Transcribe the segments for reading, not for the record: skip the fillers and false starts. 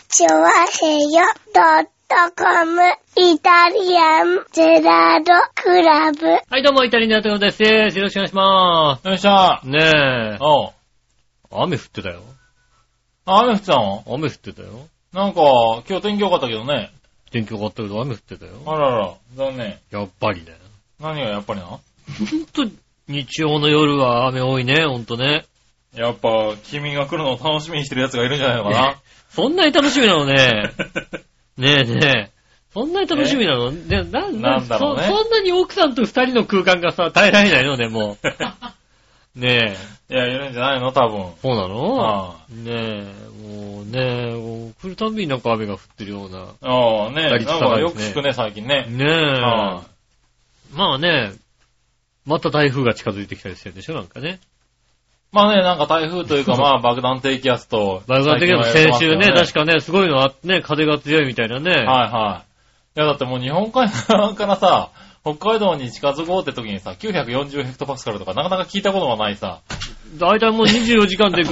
チョワヘヨ.com イタリアンゼラードクラブ。 はい、どうも、イタリアンゼラードです。よろしくお願いしまよいしょ。 す。ねえ。 おう。 雨降ってたよ。 雨降ってたの？ 雨降ってたよ。 なんか、今日天気良かったけどね。 天気良かったけど雨降ってたよ。 あらら、残念。 やっぱりね。 何がやっぱりな？ ほんと、日曜の夜は雨多いね、ほんとね。 やっぱ、君が来るのを楽しみにしてる奴がいるんじゃないのかな。 そんなに楽しみなのね。ねえねえ。そんなに楽しみなのね、 なんだろうね。 そんなに奥さんと二人の空間がさ、耐えられないのね、もう。ねえ。いや、いるんじゃないの多分。 そうなの？ ああねえ、もうねえ、もう来るたびになんか雨が降ってるような。 ああ、ねえ、なんかよく聞くね、最近ね。 ねえ。まあね、また台風が近づいてきたりしてるでしょ、なんかね。 まあね、なんか台風というか、まあ爆弾低気圧と。 爆弾低気圧先週ね、確かね、すごいのあってね、風が強いみたいなね。 はいはい。いやだってもう日本海側からさ、北海道に近づこうって時にさ、940ヘクトパスカルとかなかなか聞いたことがないさ。 だいたいもう24時間で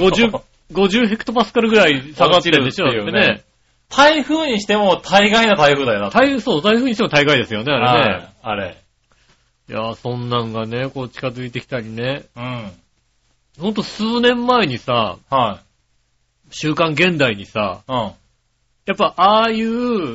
50ヘクトパスカルぐらい下がってるでしょ、っていうね。 台風にしても大概な台風だよな。 そう、台風にしても大概ですよね、あれね。 あれ。 いや、そんなんがね、こう近づいてきたりね。 うん。 ほんと数年前にさ、 はい。 週刊現代にさ、 うん。 やっぱああいう、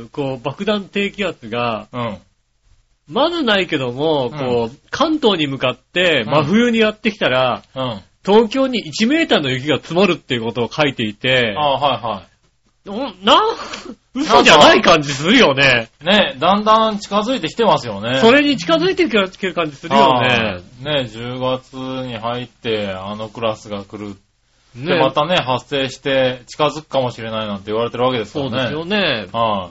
こう、爆弾低気圧が、 うん。 まずないけども、こう、関東に向かって真冬にやってきたら、 うん。 東京に1メーターの雪が積もるっていうことを書いていて、 ああ、はいはい。 嘘じゃない感じするよね。 ね、だんだん近づいてきてますよね。 それに近づいてきてる感じするよね。 ね、10月に入ってあのクラスが来る。 ね、 で、またね、発生して近づくかもしれないなんて言われてるわけですからね。 そうですよね。 はい。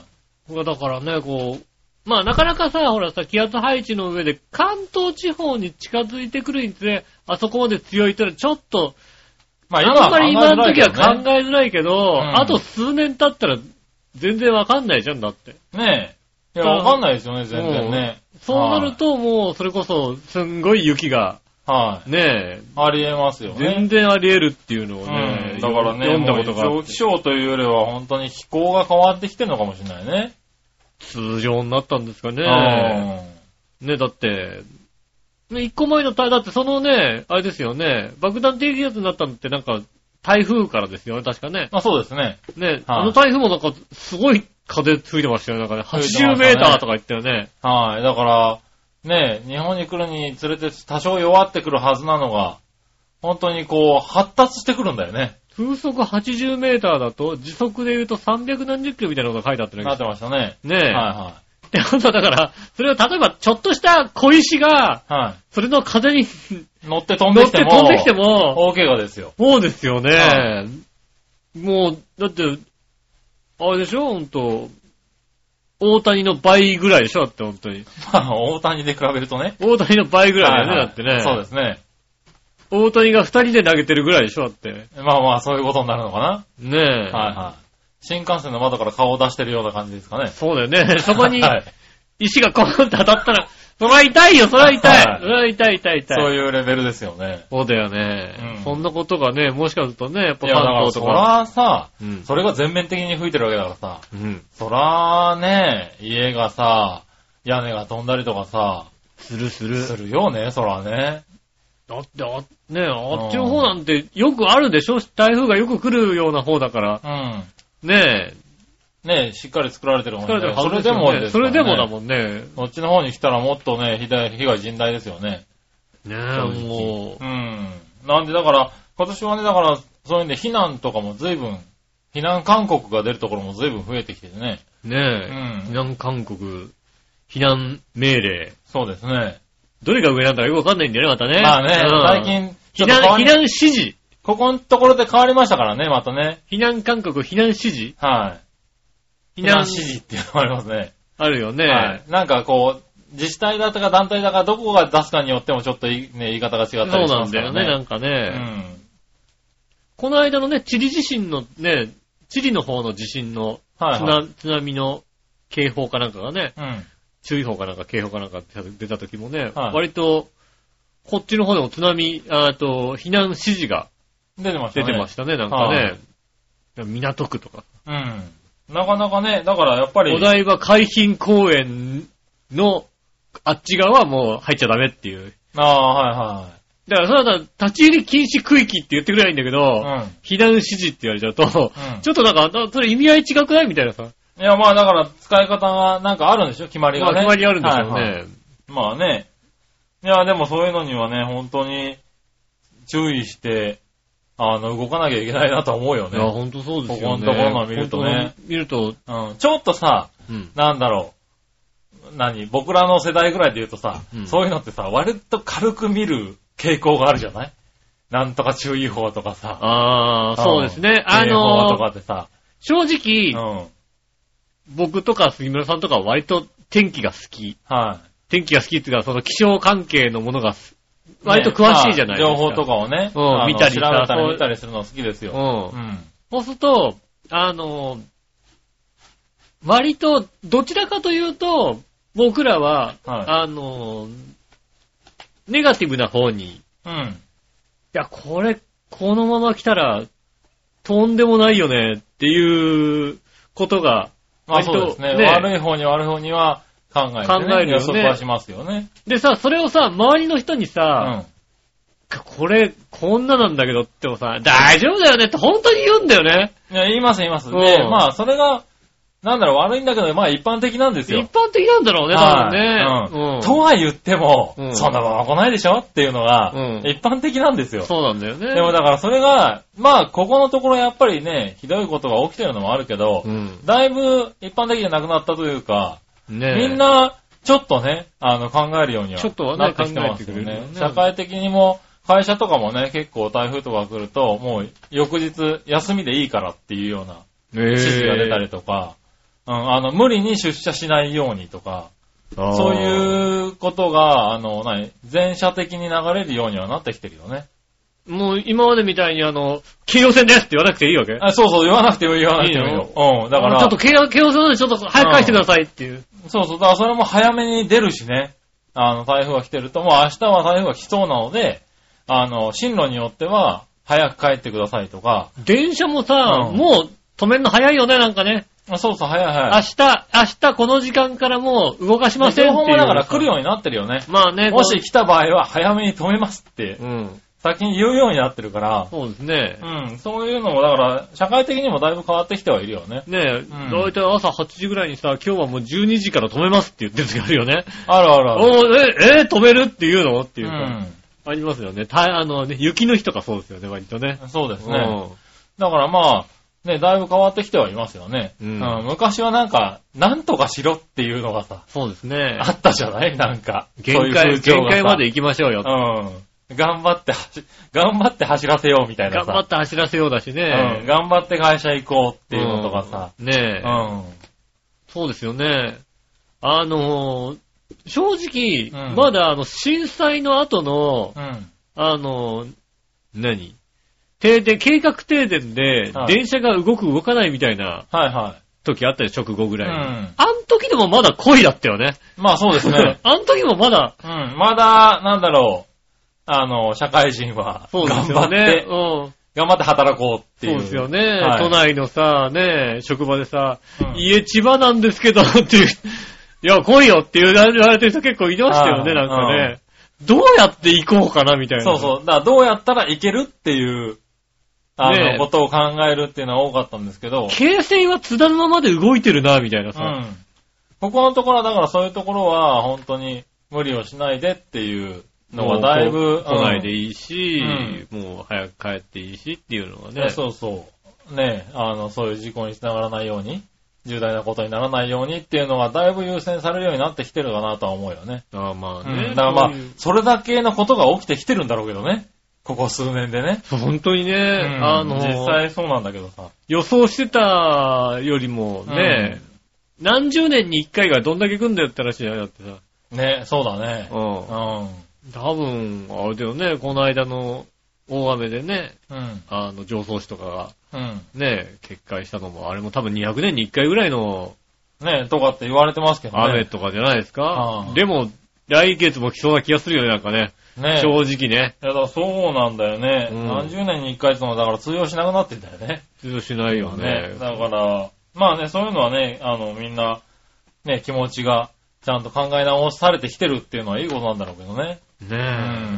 だからね、こう、まあなかなかさ、ほらさ、気圧配置の上で関東地方に近づいてくるにつれ、あそこまで強いってのはちょっと、 まああんまり今の時は考えづらいけど、 うんあと数年経ったら全然わかんないじゃんだって。 ねえ。いや、わかんないですよね、全然ね。 そうなるともう、それこそ、すんごい雪が、 はい。 ねえ。 ありえますよね。 全然あり得るっていうのをね、 だからね、 読んだことがあって。 異常気象というよりは本当に気候が変わってきてるのかもしれないね。 通常になったんですかね。ね、だって、一個前のだってそのね、あれですよね、爆弾低気圧になったのってなんか、台風からですよね、確かね。 あ、そうですね。 ね、あの台風もなんか、すごい風吹いてましたよね。なんかね、80メーターとか言ったよね。 はい。だから、ね、日本に来るにつれて多少弱ってくるはずなのが、本当にこう、発達してくるんだよね。 風速80メーターだと、時速で言うと300何十キロみたいなことが書いてあったね。 なってましたね。 ねえ。 はいはい。 で、本当だから、それを例えばちょっとした小石が、 はい。 それの風に乗って飛んできても、大怪我ですよ。 そうですよね。はい、もう、だって、あれでしょほんと、大谷の倍ぐらいでしょだって本当に。 まあ、大谷で比べるとね。 大谷の倍ぐらいだよね、 はいはい、 だってね。 そうですね。 大谷が2人で投げてるぐらいでしょだって。 まあまあ、そういうことになるのかな。 ねえ。 はいはい。新幹線の窓から顔を出してるような感じですかね。 そうだよね。そこに、石がコーンって当たったら、そら痛いよ、そら痛い。そら痛い。 そういうレベルですよね。 そうだよね。うん、そんなことがね、もしかするとね、やっぱ関東とか。そらさ、 うん、 それが全面的に吹いてるわけだからさ。 うん、 そらね、家がさ、屋根が飛んだりとかさ。 する。するよね、そらね。 だって、ねあっちの方なんてよくあるでしょ台風がよく来るような方だから。 うん。 ねしっかり作られてるもんね。 それでもです、ね。それでもだもんね。 こっちの方に来たらもっとね、被害甚大ですよね。 ねえ、もう。 うん。なんでだから、今年はね、だから、そういうんで避難とかも随分、避難勧告が出るところも随分増えてきてね。 ねえ。避難勧告、避難命令。 そうですね。 どれが上なんだかよくわかんないんだよね、またね。 まあね、最近、 避難指示。 ここのところで変わりましたからね、またね。 避難勧告、避難指示。 はい。避難指示っていうのがありますね。 あるよね。 はい。なんかこう、自治体だとか団体だかどこが出すかによってもちょっと言い方が違ったりしますからね。 そうなんだよね、なんかね。 うん。 この間のね、チリ地震のね、チリの方の地震の津波の警報かなんかがね、注意報かなんか警報かなんか出た時もね、割と、こっちの方でも津波、避難指示が出てましたね、なんかね。港区とか。 うん。 なかなかね、だからやっぱり。 お台場海浜公園のあっち側はもう入っちゃダメっていう。 ああ、はいはい。 だからそれは立ち入り禁止区域って言ってくれないんだけど、避難指示って言われちゃうと、ちょっとなんか、それ意味合い違くないみたいなさ。 いや、まあだから使い方がなんかあるんでしょ決まりがね。 まあ決まりあるんですよね。はいはい、 まあね。いや、でもそういうのにはね、本当に注意して、動かなきゃいけないなと思うよね。 いや、本当そうですよね。 ここのところの見るとね。 見ると、 ちょっとさ、なんだろう。僕らの世代ぐらいで言うとさ、そういうのってさ、割と軽く見る傾向があるじゃない？なんとか注意報とかさ。 ああ、そうですね。 警報とかってさ。 正直、僕とか杉村さんとかは割と天気が好き。はい。天気が好きっていうか、その気象関係のものが割と詳しいじゃないですか。 情報とかをね、 見たり調べたり見たりするの好きですよ。 そうすると、割と、どちらかというと、僕らは、ネガティブな方に、いや、このまま来たら、とんでもないよね、っていうことが、 割と、そうですね。悪い方には考えるよね。予測はしますよね。 でさ、それをさ、周りの人にさ、こんななんだけどってもさ、大丈夫だよねって本当に言うんだよね。 いや、言います。で、まあ、それが、悪いんだけど、まあ一般的なんですよ。 一般的なんだろうね、多分ね。 とは言っても、そんなまま来ないでしょっていうのが、一般的なんですよ。 そうなんだよね。 でもだからそれが、まあ、ここのところやっぱりね、ひどいことが起きてるのもあるけど、だいぶ一般的じゃなくなったというか、みんな、ちょっとね、考えるようにはなってきてますよね。社会的にも、会社とかもね、結構台風とか来ると、もう翌日休みでいいからっていうような指示が出たりとか、無理に出社しないようにとか、そういうことが、全社的に流れるようにはなってきてるよね。 もう今までみたいに京葉線ですって言わなくていいわけ？ そう、言わなくてもいいよ。だから。 ちょっと京葉線でちょっと早く返してくださいっていう。 そう、だからそれも早めに出るしね。台風が来てると、もう明日は台風が来そうなので、進路によっては、早く帰ってくださいとか。 電車もさ、もう止めるの早いよね、なんかね。 そう、早い。 明日この時間からもう動かしませんっていう。 情報もだから来るようになってるよね。 まあね。 もし来た場合は早めに止めますって。先に言うようになってるから。 そうですね。 そういうのも、だから、社会的にもだいぶ変わってきてはいるよね。 ねえ、だいたい朝8時ぐらいにさ、今日はもう12時から止めますって言ってる時あるよね。 ある。 止めるっていうのっていうか。ありますよね。雪の日とかそうですよね、割とね。 そうですね。だからまあ、ね、だいぶ変わってきてはいますよね。昔はなんとかしろっていうのがさ。 そうですね。 あったじゃないなんか。 限界まで行きましょうよ。 頑張って走らせようみたいなさ。 頑張って走らせようだしね。 頑張って会社行こうっていうのとかさ。 ねえ。そうですよね。正直、まだ震災の後の、計画停電で、電車が動かないみたいな、時あったよ、直後ぐらいに。あん時でもまだ恋だったよね。 まあそうですね。 あん時もまだ、 まだ、なんだろう、社会人は、頑張って、頑張って働こうっていう。 そうですよね。都内のさ、職場でさ、家千葉なんですけど、っていう、いや、来いよって言われてる人結構いましたよね、なんかね。どうやって行こうかな、みたいな。 そう。だからどうやったら行けるっていう、ことを考えるっていうのは多かったんですけど。 京成は津田のままで動いてるな、みたいなさ。 ここのところは、だからそういうところは、本当に無理をしないでっていうのがだいぶ。 来ないでいいし、もう早く帰っていいしっていうのがね。 そう。そういう事故につながらないように。重大なことにならないようにっていうのがだいぶ優先されるようになってきてるかなとは思うよね。 まあね。 だからまあ、それだけのことが起きてきてるんだろうけどね。ここ数年でね。 本当にね、 実際そうなんだけどさ。 予想してたよりもね、何十年に一回がどんだけ来んだよって話じゃないだってさ。 ね、そうだね。 多分、あれだよね、この間の大雨でね、上層紙とかが、決壊したのも、あれも多分200年に1回ぐらいの、 とかって言われてますけどね。 雨とかじゃないですか。でも、来月も来そうな気がするよね、なんかね。正直ね。 いや、だからそうなんだよね。何十年に1回ってのは、だから通用しなくなってんだよね。 通用しないよね。 だから、 まあね、そういうのはね、みんな、ね、気持ちがちゃんと考え直されてきてるっていうのはいいことなんだろうけどね。 ねえ。うん。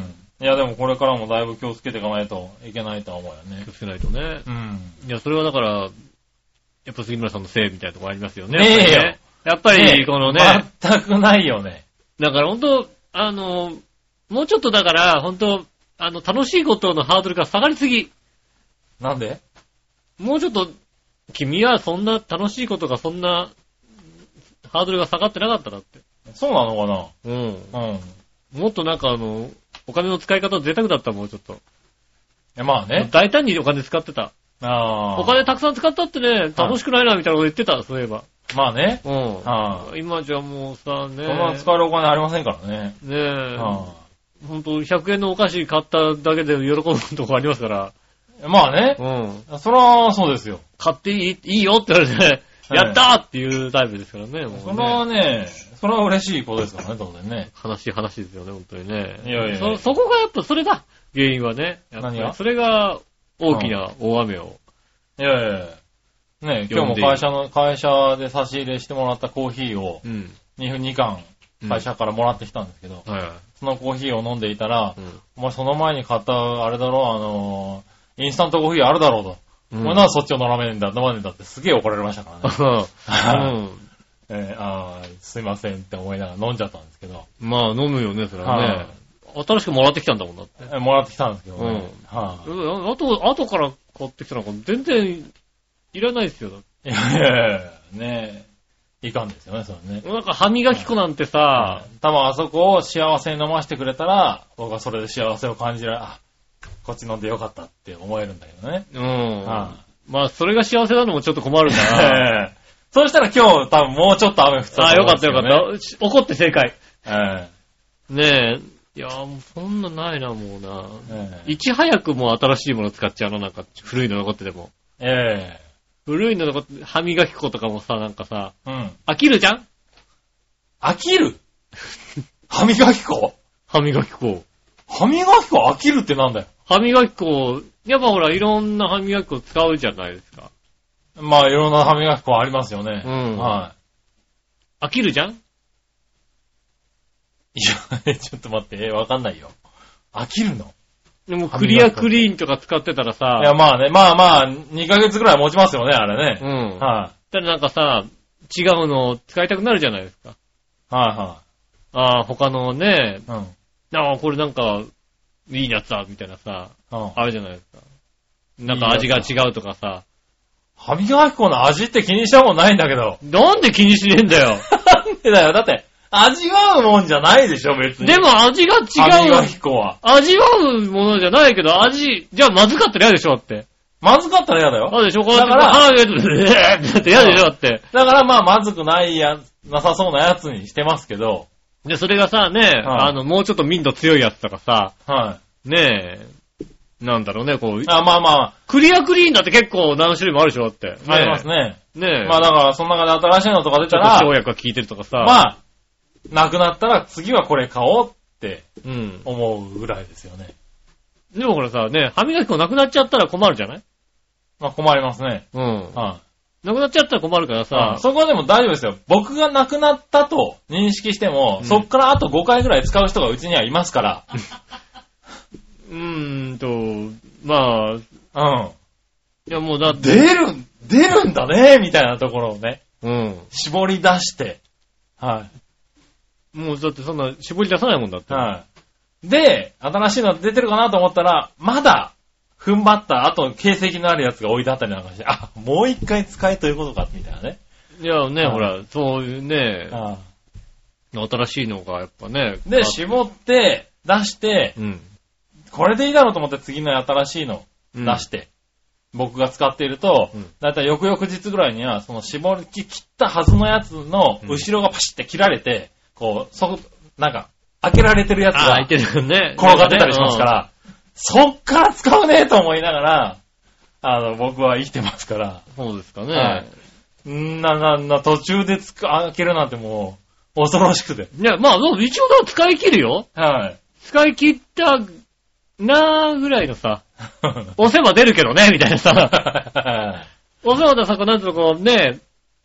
いや、でもこれからもだいぶ気をつけていかないといけないとは思うよね。 気をつけないとね。うん。いや、それはだから、やっぱ杉村さんのせいみたいなところありますよね。 ねえよ。 やっぱり、このね。 全くないよね。 だから本当、もうちょっとだから、本当、楽しいことのハードルが下がりすぎ。 なんで？ もうちょっと、君はそんな楽しいことがそんな、ハードルが下がってなかったなって。 そうなのかな？ うん。うん。もっとなんかお金の使い方贅沢だったもん、ちょっと。 まあね。 大胆にお金使ってた。 ああ。 お金たくさん使ったってね、楽しくないなみたいなこと言ってた、そういえば。 まあね。 うん。今じゃもうさ、ね。 そんな使えるお金ありませんからね。 ねえ。ほんと、100円のお菓子買っただけで喜ぶとこありますから。 まあね。うん。それはそうですよ。 買っていいよって言われて、やったーっていうタイプですからね。もうね、 それはね、それは嬉しいことですからね、当然ね。 悲しい話ですよね、本当にね。 いやいや。 そこがやっぱそれだ。原因はね。 何が？ それが大きな大雨を。 いやいやいや。ね、今日も会社で差し入れしてもらったコーヒーを、2缶会社からもらってきたんですけど、そのコーヒーを飲んでいたら、お前その前に買ったあれだろ、インスタントコーヒーあるだろうと。お前なんでそっちを飲まねえんだってすげえ怒られましたからね。すいませんって思いながら飲んじゃったんですけど。 まあ飲むよね、それはね。新しくもらってきたんだもんだって。 もらってきたんですけどね。 後から買ってきたのか全然いらないですよ。 いやねえ。いかんですよね、それね。 なんか歯磨き粉なんてさ、 多分あそこを幸せに飲ませてくれたら、僕はそれで幸せを感じられ、こっち飲んでよかったって思えるんだけどね。 まあ、それが幸せなのもちょっと困るから。 そうしたら今日多分もうちょっと雨降ってた、 よかったよかった。怒って正解。ねえ。いやもうそんなないな、もうな。いち早くもう新しいもの使っちゃうの、なんか古いの残ってても。古いの残って、歯磨き粉とかもさ、なんかさ、飽きるじゃん？ 飽きる？歯磨き粉？ 歯磨き粉。 歯磨き粉飽きるってなんだよ。 歯磨き粉、やっぱほら、いろんな歯磨き粉使うじゃないですか。 まあ、いろんな歯磨き粉ありますよね。 飽きるじゃん？ いや、ちょっと待って、わかんないよ。飽きるの？ でも、クリアクリーンとか使ってたらさ。 いや、まあね、まあ、2ヶ月ぐらい持ちますよね、あれね。 ただなんかさ、違うの使いたくなるじゃないですか。他のね、これなんか、いいやつだ、みたいなさ、あるじゃないですか。なんか味が違うとかさ。 歯磨き粉の味って気にしたもんないんだけど。 なんで気にしねえんだよ。 なんでだよ。だって、味わうもんじゃないでしょ、別に。 でも味が違う。 歯磨き粉は。 味わうものじゃないけど、じゃあまずかったら嫌でしょって。 まずかったら嫌だよ。 そうでしょ、こうやって、歯がって嫌でしょって。 だからまあ、まずくないなさそうなやつにしてますけど。 で、それがさ、ね、もうちょっと民度強いやつとかさ、ねえ、なんだろうね、こう。クリアクリーンだって結構何種類もあるでしょって。 ありますね。 ねえ。 まあだから、その中で新しいのとか出たら、 生薬が効いてるとかさ。 まあ、なくなったら次はこれ買おうって思うぐらいですよね。 でもこれさ、ね、歯磨き粉なくなっちゃったら困るじゃない？ まあ困りますね。 なくなっちゃったら困るからさ。 そこはでも大丈夫ですよ。僕がなくなったと認識しても、そっからあと5回ぐらい使う人がうちにはいますから。 まあ、いやもうだって。 出るんだね、みたいなところをね。絞り出して。 もうだってそんな絞り出さないもんだって。 で、新しいの出てるかなと思ったら、まだ、踏ん張った後、形跡のあるやつが置いてあったりなんかして、もう一回使えということか、みたいなね。 いやね、ほら、そういうね、新しいのがやっぱね。 で、絞って、出して、これでいいだろうと思って次の新しいの出して、僕が使っていると、だいたい翌々日ぐらいには、その絞り切ったはずのやつの後ろがパシって切られて、こう、なんか、開けられてるやつが、転がってたりしますから、そっから使うねと思いながら、僕は生きてますから。 そうですかね。 途中で開けるなんてもう、恐ろしくて。 いや、まあ、一応使い切るよ。使い切ったなーぐらいのさ、押せば出るけどね、みたいなさ。押せばださ、なんていうのこうね、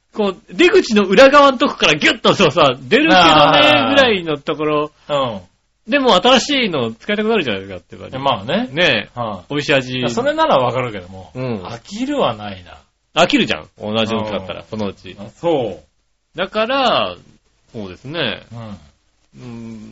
こう、出口の裏側のとこからギュッとそうさ、出るけどね、ぐらいのところ。うん。でも新しいの使いたくなるじゃないですかって言われて。 まあね。 ねえ。はあ、美味しい味。 それならわかるけども。うん。飽きるはないな。 飽きるじゃん。同じの使ったら、そのうち。 そう。 だから、そうですね。 うん。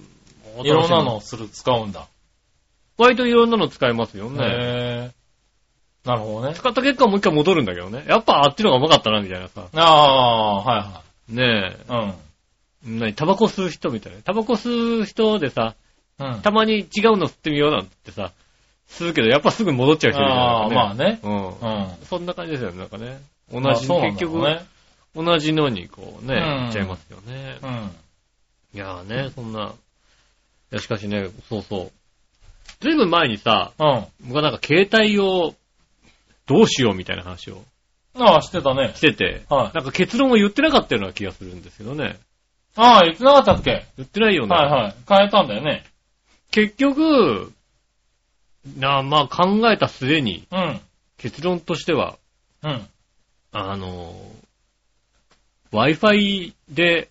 いろんなのを使うんだ。 割といろんなの使えますよね。 へー。なるほどね。 使った結果もう一回戻るんだけどね。やっぱあっちの方がうまかったな、みたいなさ。 ああ、はいはい。 ねえ。うん。タバコ吸う人みたいな。タバコ吸う人でさ、うん、たまに違うの吸ってみようなんてさ、吸うけど、やっぱすぐ戻っちゃう人いるからね。 まあね。 うん。そんな感じですよね、なんかね。同じ、結局、同じのにこうね、いっちゃいますよね。うん。いやーね、そんな。いや、しかしね、そうそう。ずいぶん前にさ、僕はなんか携帯をどうしようみたいな話を。 ああ、してたね。 してて、はい。なんか結論を言ってなかったような気がするんですけどね。 ああ、言ってなかったっけ？ 言ってないよね。 はいはい。変えたんだよね。 結局、まあ考えた末に、うん。結論としては、うん。Wi-Fi で、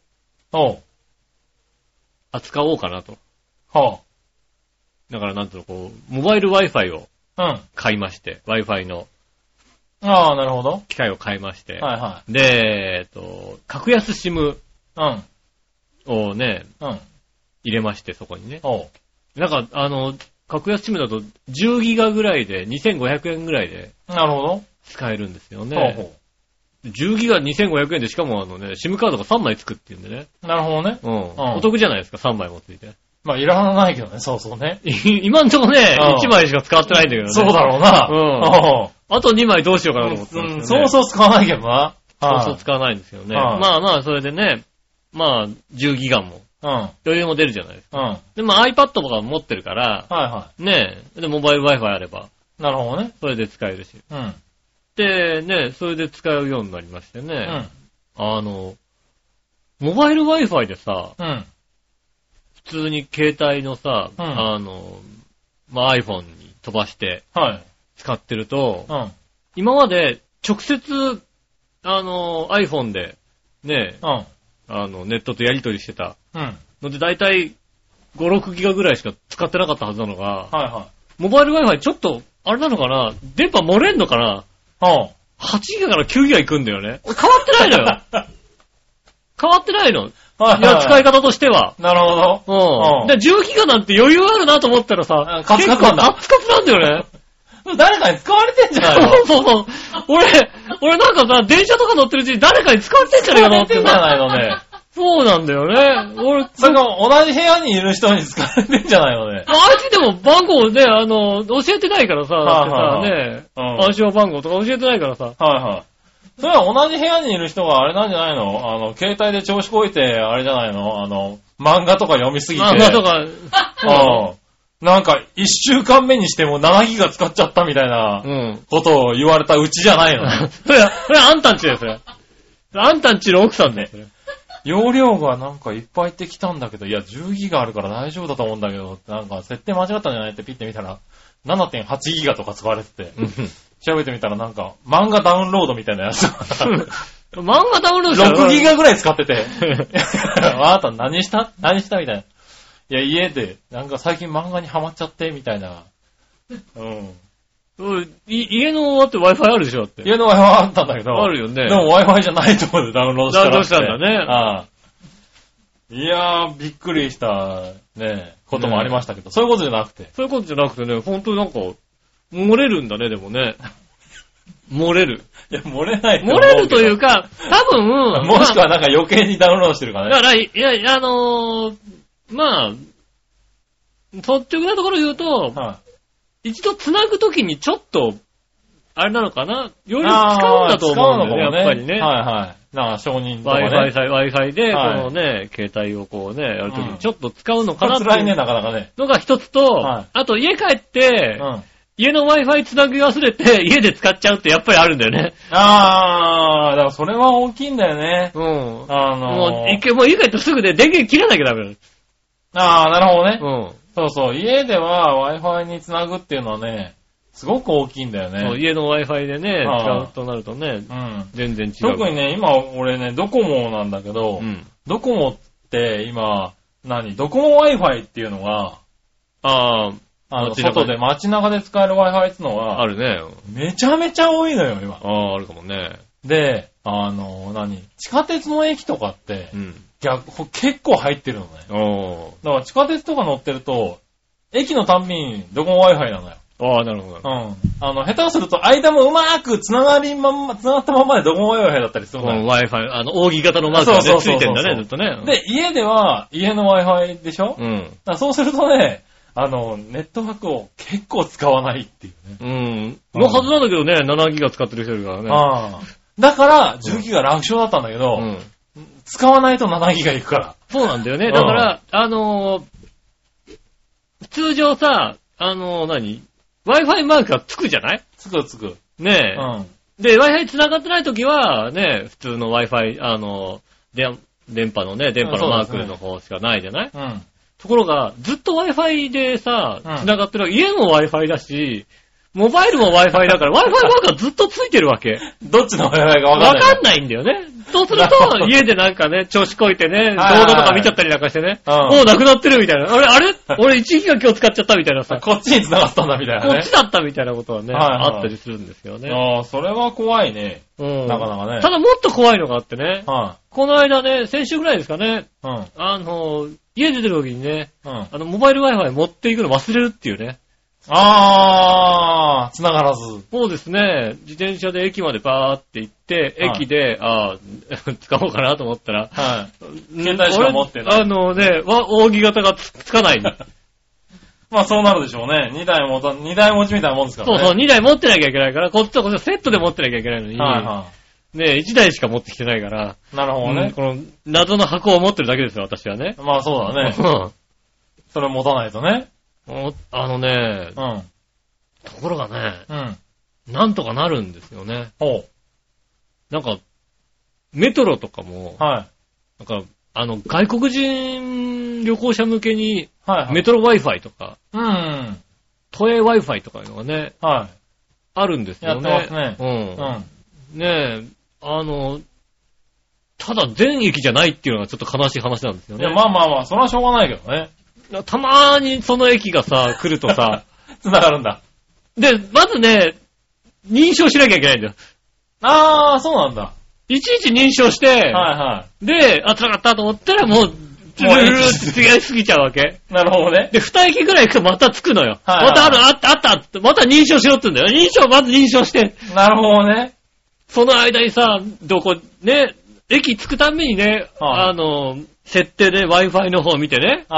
扱おうかなと。はあ。だからなんていうの、こう、モバイル Wi-Fi を、買いまして、Wi-Fi の。 ああ、なるほど。 機械を買いまして。 はいはい。 で、格安 SIM をね、入れまして、そこにね。なんか、格安 SIM だと10ギガぐらいで2500円ぐらいで。 なるほど。 使えるんですよね。ほうほう。10ギガ2500円でしかもSIM カードが3枚つくっていうんでね。 なるほどね。 お得じゃないですか、3枚もついて。 まあ、いらないけどね、そうそうね。 今んとこね、1枚しか使ってないんだけどね。 そうだろうな。 あと2枚どうしようかなと思って、 そうそう使わないけどな。 そうそう使わないんですよね。まあまあ、それでね、まあ、10ギガも。余裕も出るじゃないですか。で、まあ iPad とか持ってるから、はいはい。ねで、モバイル Wi-Fi あれば。 なるほどね。 それで使えるし。で、ね、それで使うようになりましてね。モバイル Wi-Fi でさ、普通に携帯のさ、まあ iPhone に飛ばして、使ってると、今まで直接、iPhone で、ね、ネットとやり取りしてた。ので、だいたい5、6ギガぐらいしか使ってなかったはずなのが、モバイル Wi-Fi ちょっと、あれなのかな電波漏れんのかな8ギガから9ギガ行くんだよね。変わってないのよ。変わってないの。いや、使い方としては。 なるほど。 で、10ギガなんて余裕あるなと思ったらさ、 カツカツなんだ。 カツカツなんだよね。 誰かに使われてんじゃないの？ そうそう。俺なんかさ、電車とか乗ってるうちに誰かに使われてんじゃないかなって。 使われてんじゃないのね。 そうなんだよね。 それが同じ部屋にいる人に使われてんじゃないのね。 あいつでも番号ね、教えてないからさ、だってさ、ね、暗証番号とか教えてないからさ。 はいはい。それは同じ部屋にいる人があれなんじゃないの？携帯で調子こいて、あれじゃないの？漫画とか読みすぎて。 漫画とか。 なんか、1週間目にしても7ギガ使っちゃったみたいな、ことを言われたうちじゃないの？ それあんたんちですよ。あんたんちの奥さんで。 容量がなんかいっぱいってきたんだけど、いや、10ギガあるから大丈夫だと思うんだけど、なんか設定間違ったんじゃないってピッて見たら、7.8 ギガとか使われてて、調べてみたらなんか、漫画ダウンロードみたいなやつ。 漫画ダウンロードした 6ギガぐらい使ってて、あなた何したみたいな。いや、家で、なんか最近漫画にハマっちゃって、みたいな。 家のって Wi-Fi あるでしょって。 家の Wi-Fi あったんだけど。 あるよね。 でも Wi-Fi じゃないところでダウンロードしたら。 ダウンロードしたんだね。 ああ。いやー、びっくりした、ね、こともありましたけど、そういうことじゃなくて。 そういうことじゃなくてね、ほんとになんか、漏れるんだね、でもね。漏れる。 いや、漏れない。 漏れるというか、多分、 もしくはなんか余計にダウンロードしてるからね。 だから、いや、まあ、率直なところ言うと、一度繋ぐときにちょっと、あれなのかな容量使うんだと思うんだよね、やっぱりね。 はいはい。だから承認とかね。 Wi-Fi で、このね、携帯をこうね、やるときにちょっと使うのかなって。 辛いね、なかなかね。 のが一つと、あと家帰って、家の Wi-Fi 繋ぎ忘れて、家で使っちゃうってやっぱりあるんだよね。 だからそれは大きいんだよね。もう家帰ってすぐで電源切らなきゃダメだよ。 なるほどね。そうそう。家では Wi-Fi に繋ぐっていうのはね、 すごく大きいんだよね。 家の Wi-Fi でね、使うとなるとね、全然違う。 特にね、今俺ね、ドコモなんだけど、ドコモって今、ドコモ Wi-Fi っていうのが、外で街中で使える Wi-Fi ってのは、 あるね。 めちゃめちゃ多いのよ、今。 あるかもね。 で、地下鉄の駅とかって、結構入ってるのね。だから地下鉄とか乗ってると、駅のたんびにドコモ Wi-Fi なのよ。 なるほど。 下手をすると間もうまーく繋がったままでドコモ Wi-Fi だったりするのよ。 Wi-Fi、扇形のマークがね、ついてんだね、ずっとね。 で、家では家の Wi-Fi でしょ？そうするとね、ネットワークを結構使わないっていうね。のはずなんだけどね、7ギガ使ってる人いるからね。 だから、10ギガ楽勝だったんだけど、使わないと7ギガいくから。 そうなんだよね。だから、通常さ、Wi-Fi マークがつくじゃない？ つく。 ねえ。で、Wi-Fi 繋がってないときは、ね、普通の Wi-Fi、電波のマークの方しかないじゃない？ところが、ずっと Wi-Fi でさ、繋がってる、家も Wi-Fi だし、モバイルも Wi-Fi だから、Wi-Fi マークがずっとついてるわけ。 どっちの Wi-Fi かわかんない。 わかんないんだよね。そうすると、家でなんかね、調子こいてね、動画とか見ちゃったりなんかしてね、もうなくなってるみたいな。あれ俺1ギガ今日使っちゃったみたいなさ。 こっちに繋がったんだみたいなね。 こっちだったみたいなことはね、あったりするんですよね。 それは怖いね。なかなかね。 ただもっと怖いのがあってね、この間ね、先週ぐらいですかね、家出てる時にね、モバイル Wi-Fi 持っていくの忘れるっていうね。 繋がらず。 そうですね。自転車で駅までバーって行って、駅で、使おうかなと思ったら、 携帯しか持ってない。 扇形がつかない。 まあそうなるでしょうね。2台持ちみたいなもんですからね。 そう、2台持ってなきゃいけないから、こっちとこっちセットで持ってなきゃいけないのに、ね、1台しか持ってきてないから。 なるほどね。 この謎の箱を持ってるだけですよ、私はね。 まあそうだね。それ持たないとね。 ところがね、なんとかなるんですよね。なんか、メトロとかも、なんか、外国人旅行者向けに、メトロ Wi-Fi とか、都営 Wi-Fi とかいうのがね、あるんですよね。 やってますね。 ねえ、ただ全駅じゃないっていうのがちょっと悲しい話なんですよね。 いや、まあ、それはしょうがないけどね。 たまーにその駅がさ、来るとさ、 繋がるんだ。 で、まずね、認証しなきゃいけないんだよ。 そうなんだ。 いちいち認証して、で、繋がったと思ったらもう、ルルルって次過ぎちゃうわけ。 なるほどね。 で、2駅ぐらい行くとまたつくのよ。またあったってまた認証しろって言うんだよ。まず認証して。 なるほどね。 その間にさ、駅着くたんびにね、設定で Wi-Fi の方を見てね。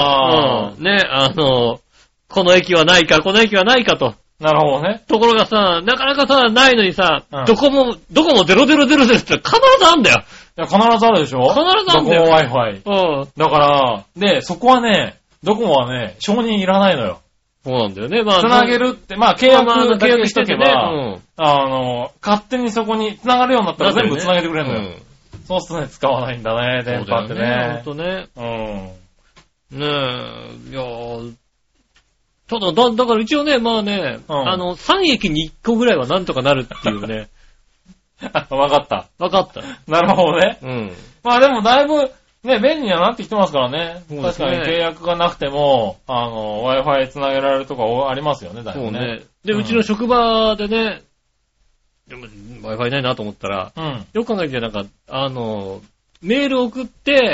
この駅はないかと。 なるほどね。 ところがさ、なかなかさ、ないのにさ、どこも0000って必ずあんだよ。 いや、必ずあるでしょ？必ずあるんだよ。ドコモ Wi-Fi。だから、で、そこはね、ドコモはね、承認いらないのよ。 そうなんだよね。 繋げるって、契約しとけば、勝手にそこに繋がるようになったら全部繋げてくれるのよ。そうするとね、使わないんだね、電波ってね。ほんとね。ねえ、いやただから一応ね、3駅に1個ぐらいはなんとかなるっていうね。 わかった。なるほどね。でもだいぶ、ね、便利にはなってきてますからね。確かに契約がなくても、Wi-Fi 繋げられるとかありますよね、だいぶね。そうね。で、うちの職場でね、でも Wi-Fi ないなと思ったら、よく考えてなんか、メール送って、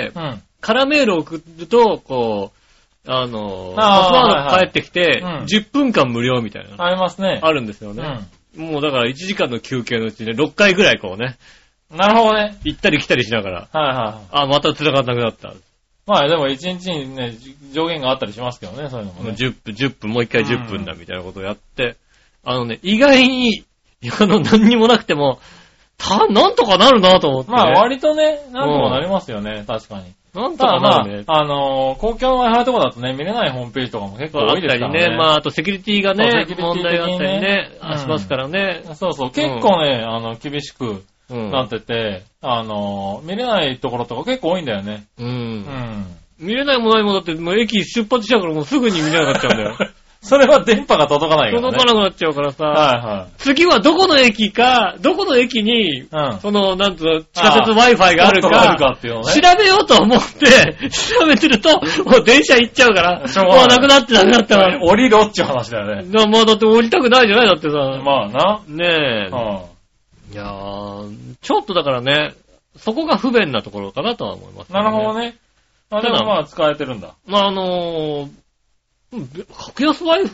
空メール送ると、こう、パスワード返ってきて、10分間無料みたいな。ありますね。あるんですよね。もうだから1時間の休憩のうちね、6回ぐらいこうね。なるほどね。行ったり来たりしながら。また繋がんなくなった。でも1日にね、上限があったりしますけどね、そういうのもね。10分、もう1回10分だみたいなことをやって、意外に、何にもなくても、なんとかなるなと思って、ね。割とね、なんとかなりますよね、確かに。なんとかなるね。公共の Wi-Fi とかだとね、見れないホームページとかも結構多いですからね。あったりね、あとセキュリティがね、問題があったりね、しますからね。そうそう、結構ね、厳しくなってて、見れないところとか結構多いんだよね。見れないもないもだって、もう駅出発しちゃうからもうすぐに見れなくなっちゃうんだよ。 それは電波が届かないからね。 届かなくなっちゃうからさ。 はいはい。 次はどこの駅に、その、なんつうの、地下鉄 Wi-Fi があるか、 っていうのね、 調べようと思って、調べてると、もう電車行っちゃうから、もうなくなったら。 降りろっちゅう話だよね。 まあだって降りたくないじゃないだってさ。 まあな。 ねえ。いやー、ちょっとだからね、そこが不便なところかなとは思いますね。 なるほどね。でもまあ使えてるんだ。 まあ格安の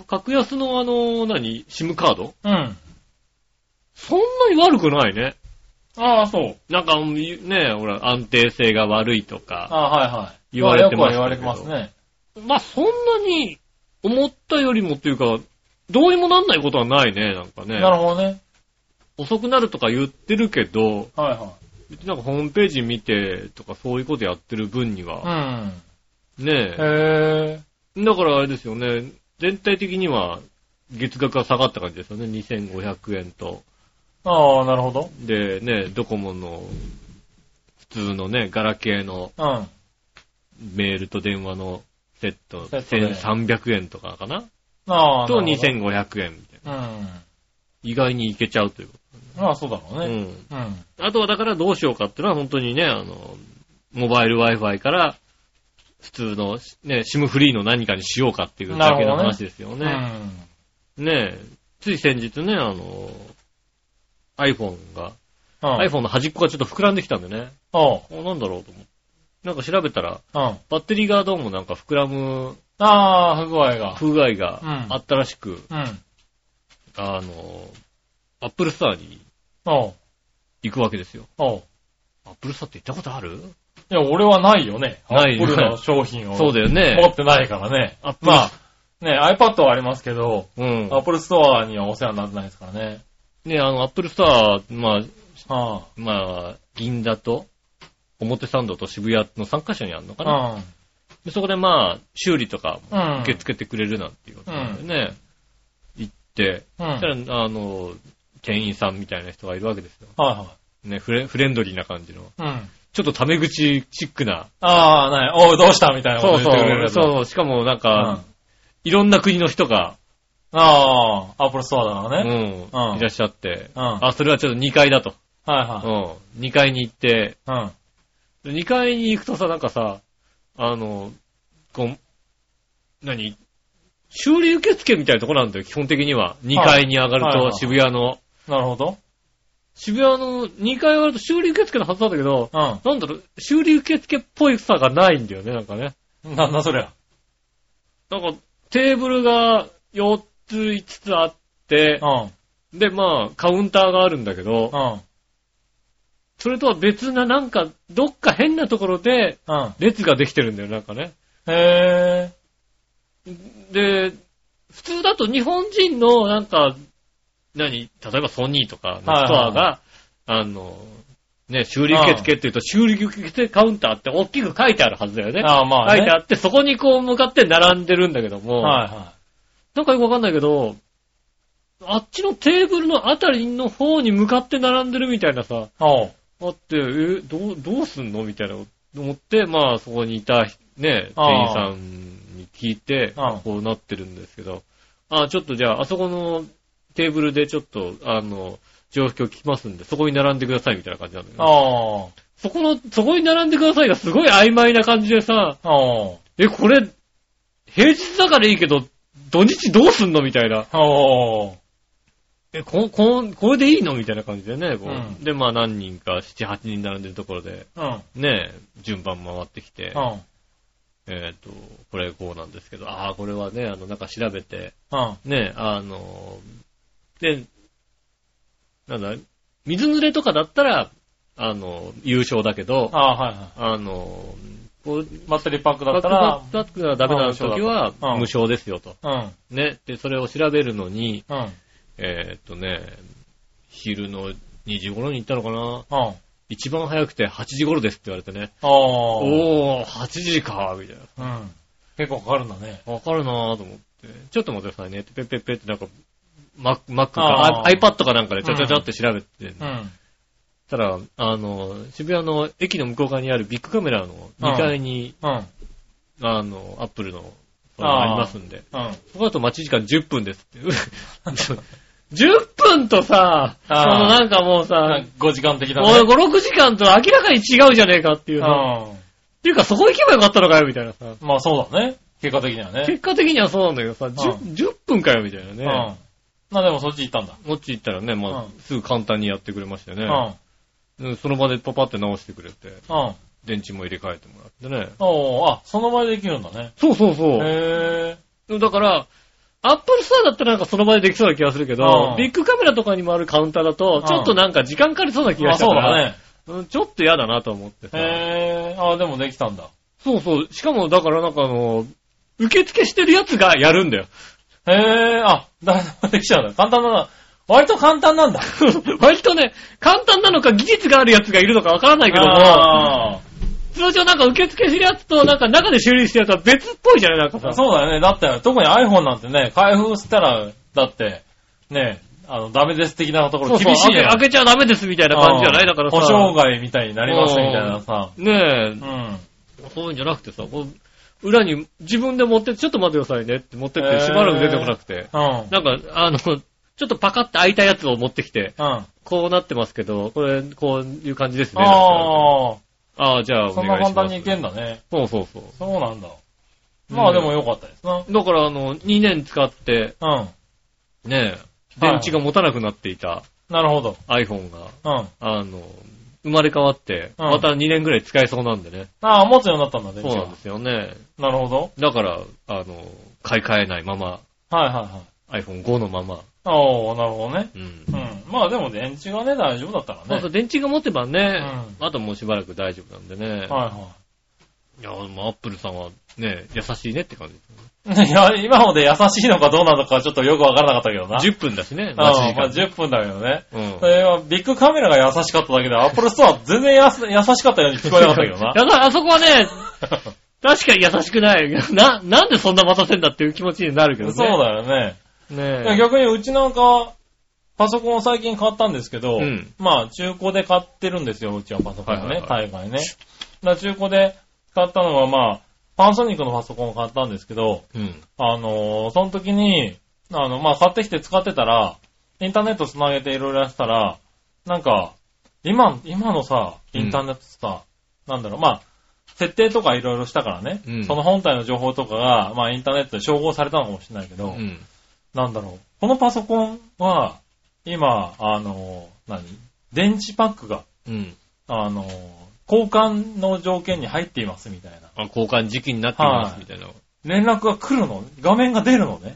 SIM カードうん。 そんなに悪くないね。 ああ、そう。 なんかね、ほら、安定性が悪いとか。 はいはい。 言われてます。 言われてますね。 まあそんなに思ったよりもっていうか、どうにもなんないことはないね、なんかね。 なるほどね。 遅くなるとか言ってるけど、 はいはい。 なんかホームページ見てとかそういうことやってる分には。 うん。 ねえ。だからあれですよね、全体的には月額が下がった感じですよね、2500円と。 ああ、なるほど。 で、ね、ドコモの普通のね、ガラケーのメールと電話のセット、1300円とかかな。と2500円みたいな。意外にいけちゃうということ、 ね。ああ、そうだろうね。 あとはだからどうしようかっていうのは本当にね、モバイル Wi-Fi から普通のね、SIM フリーの何かにしようかっていうだけの話ですよね。ねえ、つい先日ね、iPhone の端っこがちょっと膨らんできたんでね。なんだろうと思って。なんか調べたら、バッテリーがどうもなんか膨らむ、 不具合があったらしく、Apple Store に行くわけですよ。Apple Store って行ったことある？ いや、俺はないよね。 ないよね。 Apple の商品を。 そうだよね。 持ってないからね。まあ、ね、iPad はありますけど、Apple Store にはお世話になってないですからね。 ね、Apple Store、まあ、銀座と、表参道と渋谷の3カ所にあるのかな。でそこでまあ、修理とか受け付けてくれるなんていうことなんでね、行って、そしたら、店員さんみたいな人がいるわけですよ。ね、フレンドリーな感じの。ちょっとタメ口チックな。 おい、どうしたみたいなこと言ってくれる。 そう、しかもなんか、いろんな国の人が、 アップルストアだからね。 いらっしゃって、それはちょっと2階だと。2階に行って、2階に行くとさ、なんかさ、修理受付みたいなとこなんだよ、基本的には。2階に上がると、渋谷の。 なるほど。 渋谷の2階上がると修理受付のはずなんだけど、なんだろう、修理受付っぽいさがないんだよね、なんかね。 なんだそりゃ。 なんか、テーブルが4つ5つあって、で、まあ、カウンターがあるんだけど、それとは別な、なんか、どっか変なところで、列ができてるんだよ、なんかね。で、普通だと日本人の、なんか、例えばソニーとかのストアが、ね、修理受付って言うと、修理受付カウンターって大きく書いてあるはずだよね。書いてあって、そこにこう向かって並んでるんだけども、なんかよくわかんないけど、あっちのテーブルのあたりの方に向かって並んでるみたいなさ、あって、どうすんのみたいな思って、まあそこにいたね、店員さんに聞いて、こうなってるんですけど、ちょっとじゃあ、あそこのテーブルでちょっと、状況聞きますんで、そこに並んでくださいみたいな感じなんだけど、そこに並んでくださいがすごい曖昧な感じでさ、これ、平日だからいいけど、土日どうすんのみたいな。これでいいのみたいな感じでね。で、まあ何人か、7、8人並んでるところで、ね、順番回ってきて、これこうなんですけど、これはね、なんか調べて、ね、で、なんだ、水濡れとかだったら、優勝だけど、 バッテリーパックだったら、 パックがダメな時は無償ですよと。ね。で、それを調べるのに、昼の2時頃に行ったのかな。一番早くて8時頃ですって言われてね。8時か、みたいな。 結構かかるんだね。 かかるなぁと思って。ちょっと待ってくださいね。ペッペッペッってなんか、Mac か iPad かなんかでちゃちゃちゃって調べて、たら、渋谷の駅の向こう側にあるビッグカメラの2階に、Apple のありますんで。そこだと待ち時間10分ですって。10分とさ、なんかもうさ、 5時間的なね。 5、6時間と明らかに違うじゃねえかっていうさ。っていうかそこ行けばよかったのかよみたいなさ。 まあそうだね。結果的にはね。 結果的にはそうなんだけどさ、10分かよみたいなね。 まあでもそっち行ったんだ。 そっち行ったらね、まあすぐ簡単にやってくれましたよね。その場でパパって直してくれて。電池も入れ替えてもらってね。 その場でできるんだね。 そうそうそう。へー。だから、アップルストアだったらなんかその場でできそうな気がするけど、ビッグカメラとかにもあるカウンターだと、ちょっとなんか時間かかりそうな気がしたから、そうだね。ちょっと嫌だなと思ってさ。 へー。でもできたんだ。 そうそう。しかもだからなんか受付してるやつがやるんだよ。 へー。誰でもできちゃうんだ。簡単だな。割と簡単なんだ。 割とね、簡単なのか技術があるやつがいるのかわからないけども、通常なんか受付するやつとなんか中で修理してるやつは別っぽいじゃないなんかさ。 そうだよね。だって特に iPhone なんてね、開封したら、だって、ね、ダメです的なところ厳しいじゃん。 開けちゃダメですみたいな感じじゃないだからさ。 保証外みたいになりますみたいなさ。 ねえ。そういうんじゃなくてさ、裏に自分で持ってちょっと待ってくださいねって持ってってしばらく出てこなくて。なんか、ちょっとパカって開いたやつを持ってきて、こうなってますけど、これ、こういう感じですね。じゃあ、 そんな簡単にいけんだね。 そうそうそう。 そうなんだ。まあでもよかったですな。 だから2年使って、ねえ、電池が持たなくなっていた。 なるほど。 iPhone が、生まれ変わって、また2年ぐらい使えそうなんでね。 持つようになったんだね。 そうなんですよね。 なるほど。 だから、買い替えないまま。iPhone 5のまま。 なるほどね。まあでも電池がね、大丈夫だったらね。 そう電池が持てばね、あともうしばらく大丈夫なんでね。いや、アップルさんはね、優しいねって感じですね。いや、今まで優しいのかどうなのかちょっとよくわからなかったけどな。 10分だしね。 まあ10分だけどね。ビッグカメラが優しかっただけで、アップルストア全然優しかったように聞こえなかったけどな。 あそこはね、確かに優しくない。なんでそんな待たせんだっていう気持ちになるけどね。 そうだよね。逆にうちなんか、パソコンを最近買ったんですけど、まあ中古で買ってるんですよ、うちはパソコンをね、大概ね。中古で買ったのはまあ、パナソニックのパソコンを買ったんですけど、その時に、まあ買ってきて使ってたら、インターネットつなげていろいろやってたら、なんか、今のさ、インターネットさ、なんだろう、まあ、設定とかいろいろしたからね、その本体の情報とかが、まあインターネットで照合されたのかもしれないけど、なんだろう、このパソコンは、今、電池パックが、交換の条件に入っていますみたいな。 交換時期になっていますみたいな。 連絡が来るの、画面が出るのね。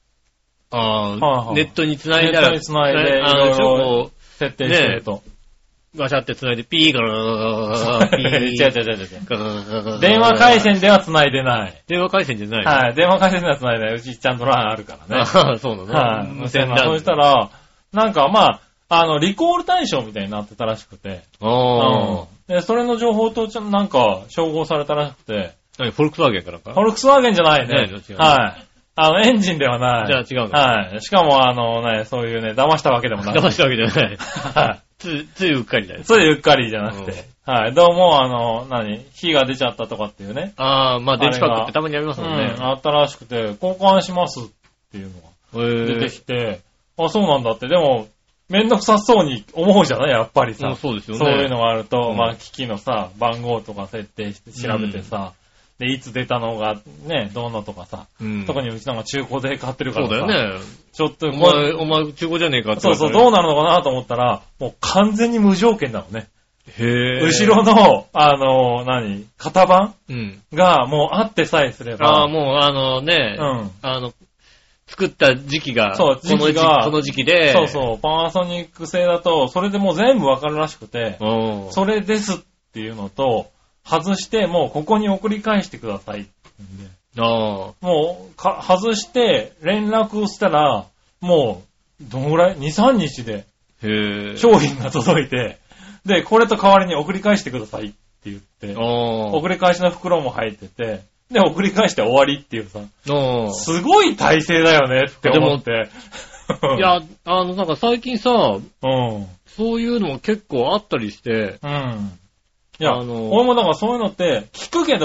ネットに繋いだら、 ネットに繋いで、いろいろ設定してると。 ガシャって繋いで、ピーガラー、ピー。違う。電話回線では繋いでない。 電話回線じゃない。 はい。電話回線では繋いでない。うちちゃんと LAN あるからね。 そうなのはい。無線だ。そうしたら、なんかまあ、リコール対象みたいになってたらしくて。で、それの情報となんか、照合されたらしくて。 フォルクスワーゲンかなんかフォルクスワーゲンじゃないね。はい。エンジンではない。 じゃあ違うんだ。 はい。しかもそういうね、騙したわけでもない。 騙したわけじゃない。はい。ついうっかりだよ。 ついうっかりじゃなくて。はい。どうも火が出ちゃったとかっていうね。 まあ電池パックってたまにありますもんね。 あったらしくて、交換しますっていうのが出てきて、そうなんだって。でも、めんどくさそうに思うじゃないやっぱりさ。 そうですよね。 そういうのがあると、まあ機器のさ、番号とか設定して調べてさ、で、いつ出たのがね、どうのとかさ、特にうちのが中古で買ってるからさ。 そうだよね。 ちょっと、 お前中古じゃねえかって。 そう、どうなるのかなと思ったら、もう完全に無条件なのね。後ろの、型番がもうあってさえすれば。 もう作った時期が、 そう、この時期で。 そう、パナソニック製だと、それでもう全部わかるらしくて、それですっていうのと、外して、もうここに送り返してください。もう外して、連絡したら、もう、どのぐらい ?2、3日で、商品が届いて、で、これと代わりに送り返してくださいって言って、送り返しの袋も入ってて、で、送り返して終わりっていうさ、すごい体制だよねって思って。 いや、なんか最近さ、そういうのも結構あったりして、 いや、俺もだからそういうのって聞くけど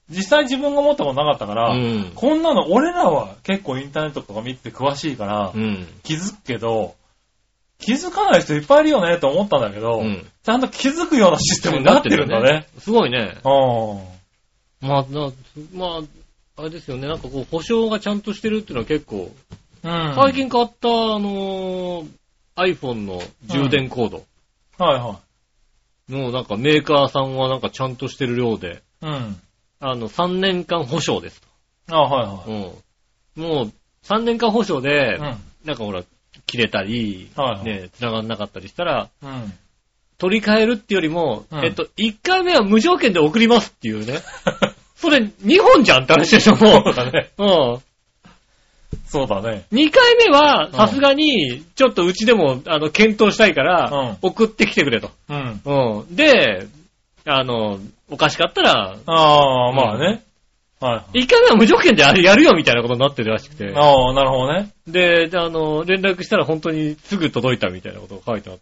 実際自分が持ったことなかったから、こんなの俺らは結構インターネットとか見てて詳しいから、気づくけど、気づかない人いっぱいいるよねと思ったんだけど、ちゃんと気づくようなシステムになってるんだね。 すごいね。まあ、あれですよね、なんかこう、保証がちゃんとしてるっていうのは結構、最近買ったiPhone の充電コード。のなんかメーカーさんはなんかちゃんとしてるようで、3年間保証ですと。もう3年間保証で、なんかほら、切れたり、ね、繋がんなかったりしたら、取り替えるってよりも、1回目は無条件で送りますっていうね。それ2本じゃんって話でしょ、もう。 そうだね。そうだね。 2回目は、さすがに、ちょっとうちでも、検討したいから、送ってきてくれと。で、おかしかったら、 まあね。 1回目は無条件でやるよみたいなことになってるらしくて。 なるほどね。 で、連絡したら本当にすぐ届いたみたいなことが書いてあって、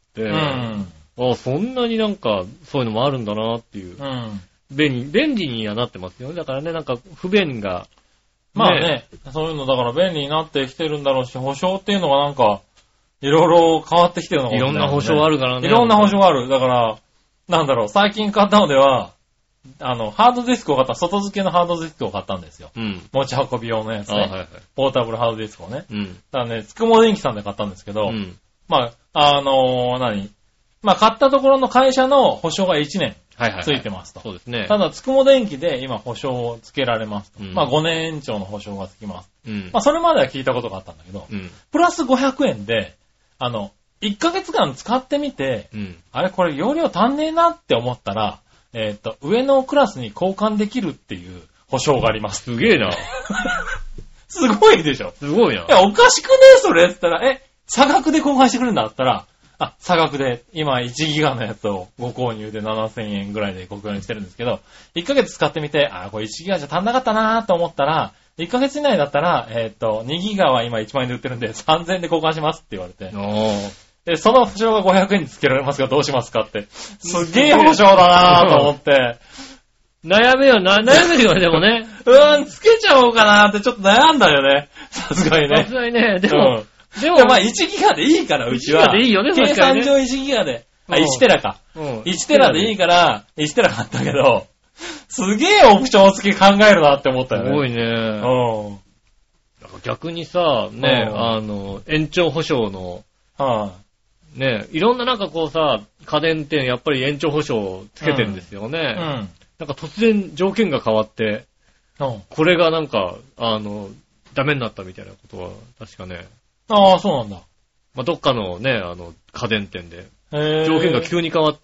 そんなになんか、そういうのもあるんだなっていう。便利にはなってますよね。だからね、なんか不便が。 まあね、そういうのだから便利になってきてるんだろうし、保証っていうのがなんか、いろいろ変わってきてるのかもしれない、 いろんな保証あるからね。 いろんな保証がある。だから、なんだろう、最近買ったのでは、ハードディスクを買った、外付けのハードディスクを買ったんですよ。持ち運び用のやつね。ポータブルハードディスクをね。だからね、つくも電機さんで買ったんですけど、まあ、まあ、買ったところの会社の保証が1年ついてますと。 そうですね。 ただ、つくも電機で今保証をつけられますと。まあ、5年延長の保証がつきます。まあ、それまでは聞いたことがあったんだけど、プラス500円で、1ヶ月間使ってみて、あれこれ容量足んねえなって思ったら、上のクラスに交換できるっていう保証があります。 すげえな。 すごいでしょ。 すごいな。 いや、おかしくねえそれって言ったら、差額で交換してくれるんだったら、差額で、今1ギガのやつをご購入で7000円ぐらいでご購入してるんですけど、1ヶ月使ってみて、これ1ギガじゃ足んなかったなーと思ったら、1ヶ月以内だったら、2ギガは今1万円で売ってるんで、3000円で交換しますって言われて。で、その保証が500円につけられますがどうしますかって。すげえ保証だなーと思って。 悩めるよね、でもね。 つけちゃおうかなーってちょっと悩んだよね。さすがにね。 さすがにね、でもまあ1ギガでいいから、うちは。 1ギガでいいよね、 計算上1ギガで。1テラか。1テラでいいから、1テラ買ったけど、すげえオプション付き考えるなって思ったよね。 すごいね。逆にさ、ね、延長保証の、ね、いろんななんかこうさ、家電店やっぱり延長保証つけてるんですよね。なんか突然条件が変わって、これがなんか、ダメになったみたいなことは確かね。 そうなんだ。 まあ、どっかのね、家電店で、条件が急に変わって、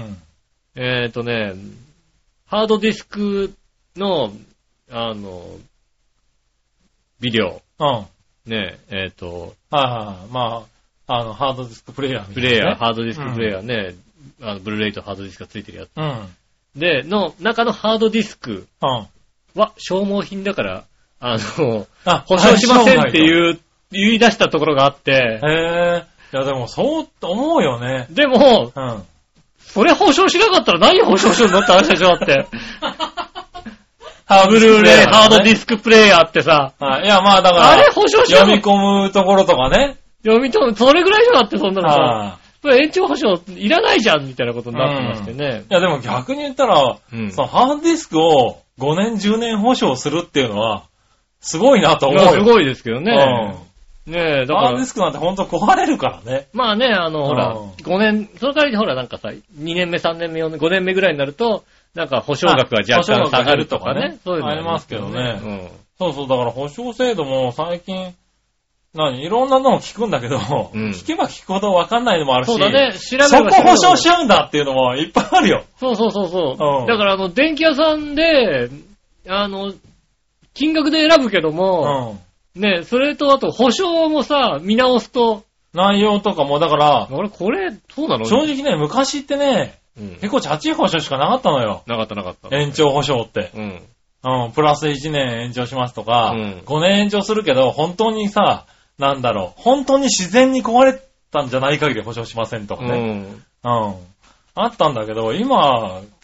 ハードディスクの、ビデオ。ね、 まあ、ハードディスクプレイヤーみたいな、ね。 ハードディスクプレイヤーね、ブルーレイとハードディスクがついてるやつ。で、中のハードディスクは消耗品だから、保証しませんって言い出したところがあって。 いやでもそう思うよね。 でも、それ保証しなかったら何保証するのって話でしょって。ブルーレイ、ハードディスクプレイヤーってさ。 いやまあだから、 あれ保証しなかった。 読み込むところとかね。 それぐらいじゃなってそんなのさ。それ延長保証いらないじゃんみたいなことになってましてね。 いやでも逆に言ったら、そのハードディスクを5年10年保証するっていうのは、すごいなと思うよ。 すごいですけどね。ねえ、だから。 ハードディスクなんてほんと壊れるからね。 まあね、ほら、5年、その代わりでほらなんかさ、2年目、3年目、5年目ぐらいになると、なんか保証額が若干下がるとかね。 そういうのありますけどね。そうそう、だから保証制度も最近、いろんなのを聞くんだけど、聞けば聞くほど分かんないのもあるし、 そうだね、調べればそこ保証しちゃうんだっていうのもいっぱいあるよ。 そう。だから電気屋さんで、金額で選ぶけども、ね、それとあと保証もさ、見直すと。 内容とかも、だから、 これ、そうなの？ 正直ね、昔ってね、結構チャチい保証しかなかったのよ。 なかった。 延長保証って。プラス1年延長しますとか、5年延長するけど、本当にさ、本当に自然に壊れたんじゃない限り保証しませんとかね。あったんだけど、今、結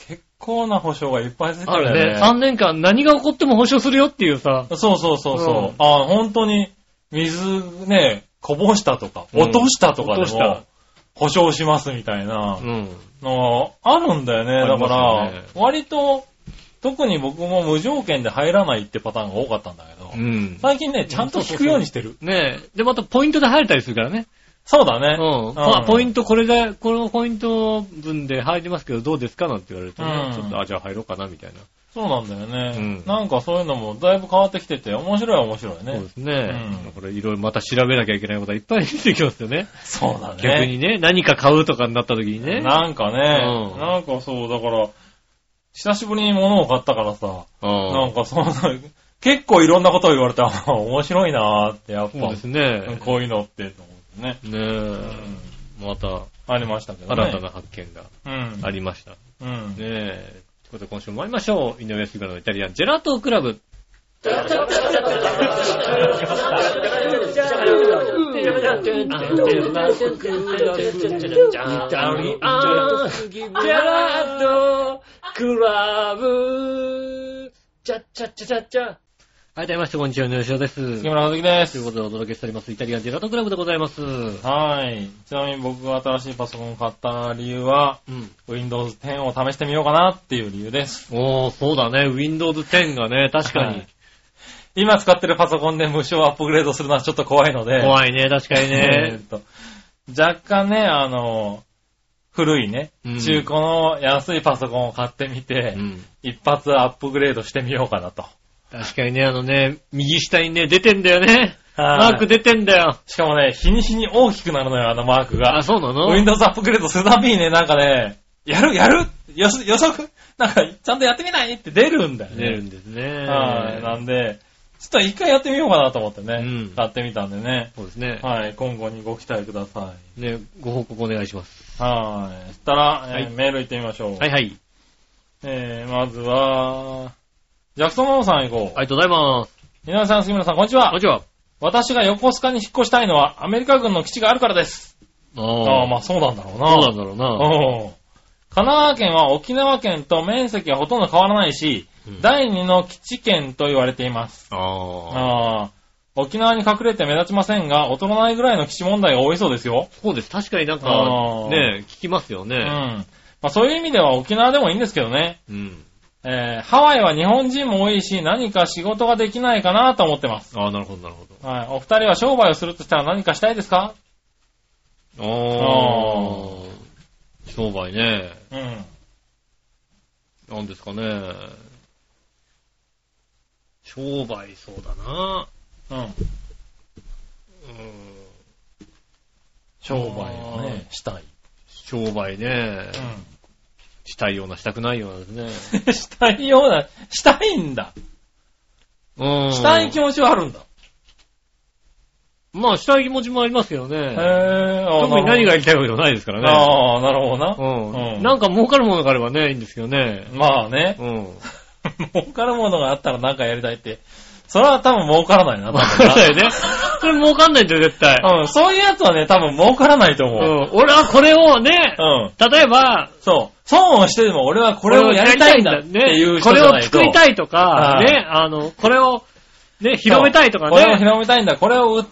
構な保証がいっぱいついてるよね。 あるね。3年間何が起こっても保証するよっていうさ。 そうそうそうそう。本当に、水ね、こぼしたとか、落としたとかでも、保証しますみたいなのあるんだよね。だから、割と、特に僕も無条件で入らないってパターンが多かったんだけど、最近ね、ちゃんと聞くようにしてる。 ねえ。で、またポイントで入れたりするからね。 そうだね。 ポイントこのポイント分で入りますけどどうですかなんて言われるとね、ちょっと、じゃあ入ろうかなみたいな。 そうなんだよね。なんかそういうのもだいぶ変わってきてて、面白いね。そうですね。これいろいろまた調べなきゃいけないことがいっぱい出てきますよね。 そうだね。 逆にね、何か買うとかになった時にね。 なんかね、なんかそう、だから、久しぶりに物を買ったからさ、なんか結構いろんなことを言われたら面白いなーって、やっぱ。そうですね。こういうのってと思ってね。ねえ。また、ありましたけどね。新たな発見がありました。ねえ。ということで今週も参りましょう。井上杉村のイタリアンジェラートクラブ。はい、どうもこんにちは、吉尾です。 杉村和樹です。 ということでお届けしております、イタリアンジェラートクラブでございます。 はい。ちなみに僕が新しいパソコンを買った理由は、Windows 10を試してみようかなっていう理由です。 そうだね。Windows 10がね、確かに。 今使ってるパソコンで無償アップグレードするのはちょっと怖いので。 怖いね、確かにね。 若干ね、古いね、中古の安いパソコンを買ってみて、一発アップグレードしてみようかなと。 確かにね、右下にね、出てんだよね。マーク出てんだよ。 しかもね、日に日に大きくなるのよ、マークが。 あ、そうなの？ Windows アップグレードするたびにね、なんかね、やる予測なんか、ちゃんとやってみないって出るんだよね。 出るんですね。 はい。なんで、ちょっと一回やってみようかなと思ってね。買ってみたんでね。 そうですね。 はい。今後にご期待ください。ね、ご報告お願いします。 はい。そしたら、メール行ってみましょう。 はいはい。 まずは、ジャクソンママさん行こう。 ありがとうございます。 皆さん、杉村さん、こんにちは。 こんにちは。 私が横須賀に引っ越したいのは、アメリカ軍の基地があるからです。まあそうなんだろうな。 そうなんだろうな。 神奈川県は沖縄県と面積はほとんど変わらないし、第2の基地県と言われています。沖縄に隠れて目立ちませんが、劣らないぐらいの基地問題が多いそうですよ。 そうです。確かになんか、ね、聞きますよね。 まあそういう意味では沖縄でもいいんですけどね。ハワイは日本人も多いし、何か仕事ができないかなと思ってます。 なるほど、なるほど。 はい。お二人は商売をするとしたら何かしたいですか？ 商売ね。なんですかね。商売そうだな。 商売をね、したい。 商売ね。したいような、したくないようなですね。したいような、したいんだ。したい気持ちはあるんだ。 まあ、したい気持ちもありますけどね。特に何がやりたいわけでもないですからね。 なるほどな。なんか儲かるものがあればね、いいんですけどね。 まあね。儲かるものがあったら何かやりたいって。それは多分儲からないな。 そうだよね。それ儲かんないんだよ、絶対。 そういうやつはね、多分儲からないと思う。 俺はこれをね、例えば、 損をしてでも俺はこれをやりたいんだっていう人じゃないと。 これを作りたいとか、ね、これを、ね、広めたいとかね。 これを広めたいんだ、これを売って、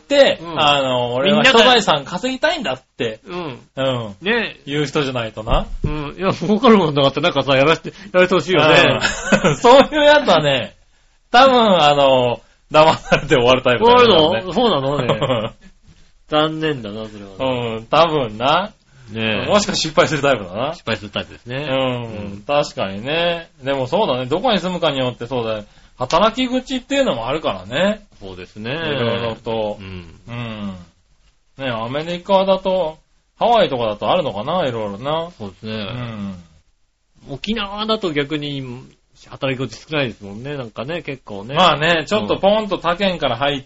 俺は商売さん稼ぎたいんだって、ね、言う人じゃないとな。 いや、儲かるもんだってなんかさ、やらせてほしいよね。 そういうやつはね、多分、騙されて終わるタイプだよね。そうなのね。残念だな、それは。 多分な。 ねもしか失敗するタイプだな。 失敗するタイプですね。 確かにね。でもそうだね。どこに住むかによってそうだよ。働き口っていうのもあるからね。 そうですね。 いろいろと。ねアメリカだと、ハワイとかだとあるのかないろいろな。 そうですね。沖縄だと逆に、働き口少ないですもんね。なんかね、結構ね。 まあね、ちょっとポンと他県から入って、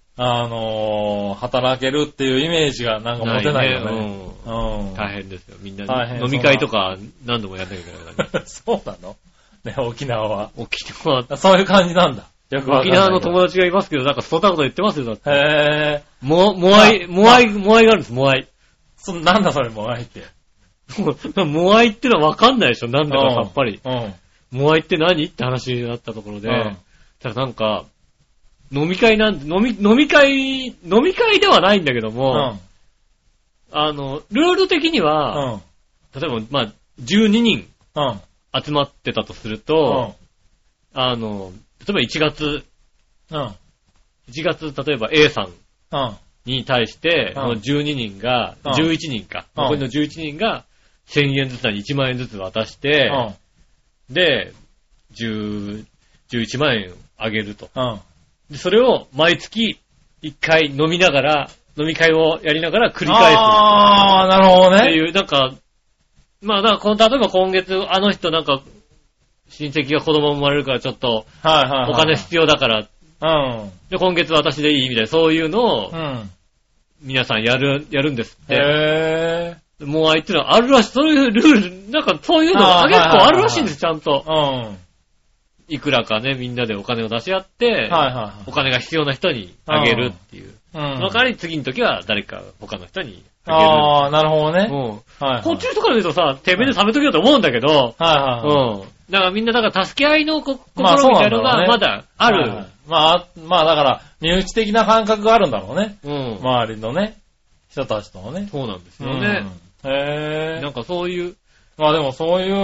働けるっていうイメージがなんか持てないよね。 大変ですよ。みんな飲み会とか何度もやんなきゃいけないからね。 そうなのね、沖縄は。 沖縄そういう感じなんだ。よくわかんない。 沖縄の友達がいますけど、なんかそんなこと言ってますよ、だって。 へぇモアイがあるんです、モアイ。 なんだそれ、モアイって。 モアイってのはわかんないでしょ、なんだかさっぱり。モアイって何って話になったところで、ただなんか、飲み会ではないんだけども、ルール的には、例えば、まあ、12人集まってたとすると、例えば1月、例えば A さんに対して、12人が、11人か、残りの11人が1000円ずつなり1万円ずつ渡して、で、11万円あげると。でそれを毎月1回飲み会をやりながら繰り返す。 ああ、なるほどね。 っていう、なんか、まあ、例えば今月、あの人なんか、親戚が子供生まれるからちょっと、お金必要だから、で、今月私でいいみたいな、そういうのを、皆さんやるんですって。もう相手のあるらしい、そういうルール、なんかそういうのが結構あるらしいんです、ちゃんと。いくらかね、みんなでお金を出し合って、お金が必要な人にあげるっていう。その代わり次の時は誰か他の人にあげる。 ああ、なるほどね。 こっちの人から見るとさ、てめえで食べとけよと思うんだけど、だからみんなだから助け合いの心みたいなのがまだある。 まあだから、身内的な感覚があるんだろうね。周りのね、人たちともね。 そうなんですよね。なんかそういう。 まあでもそういう。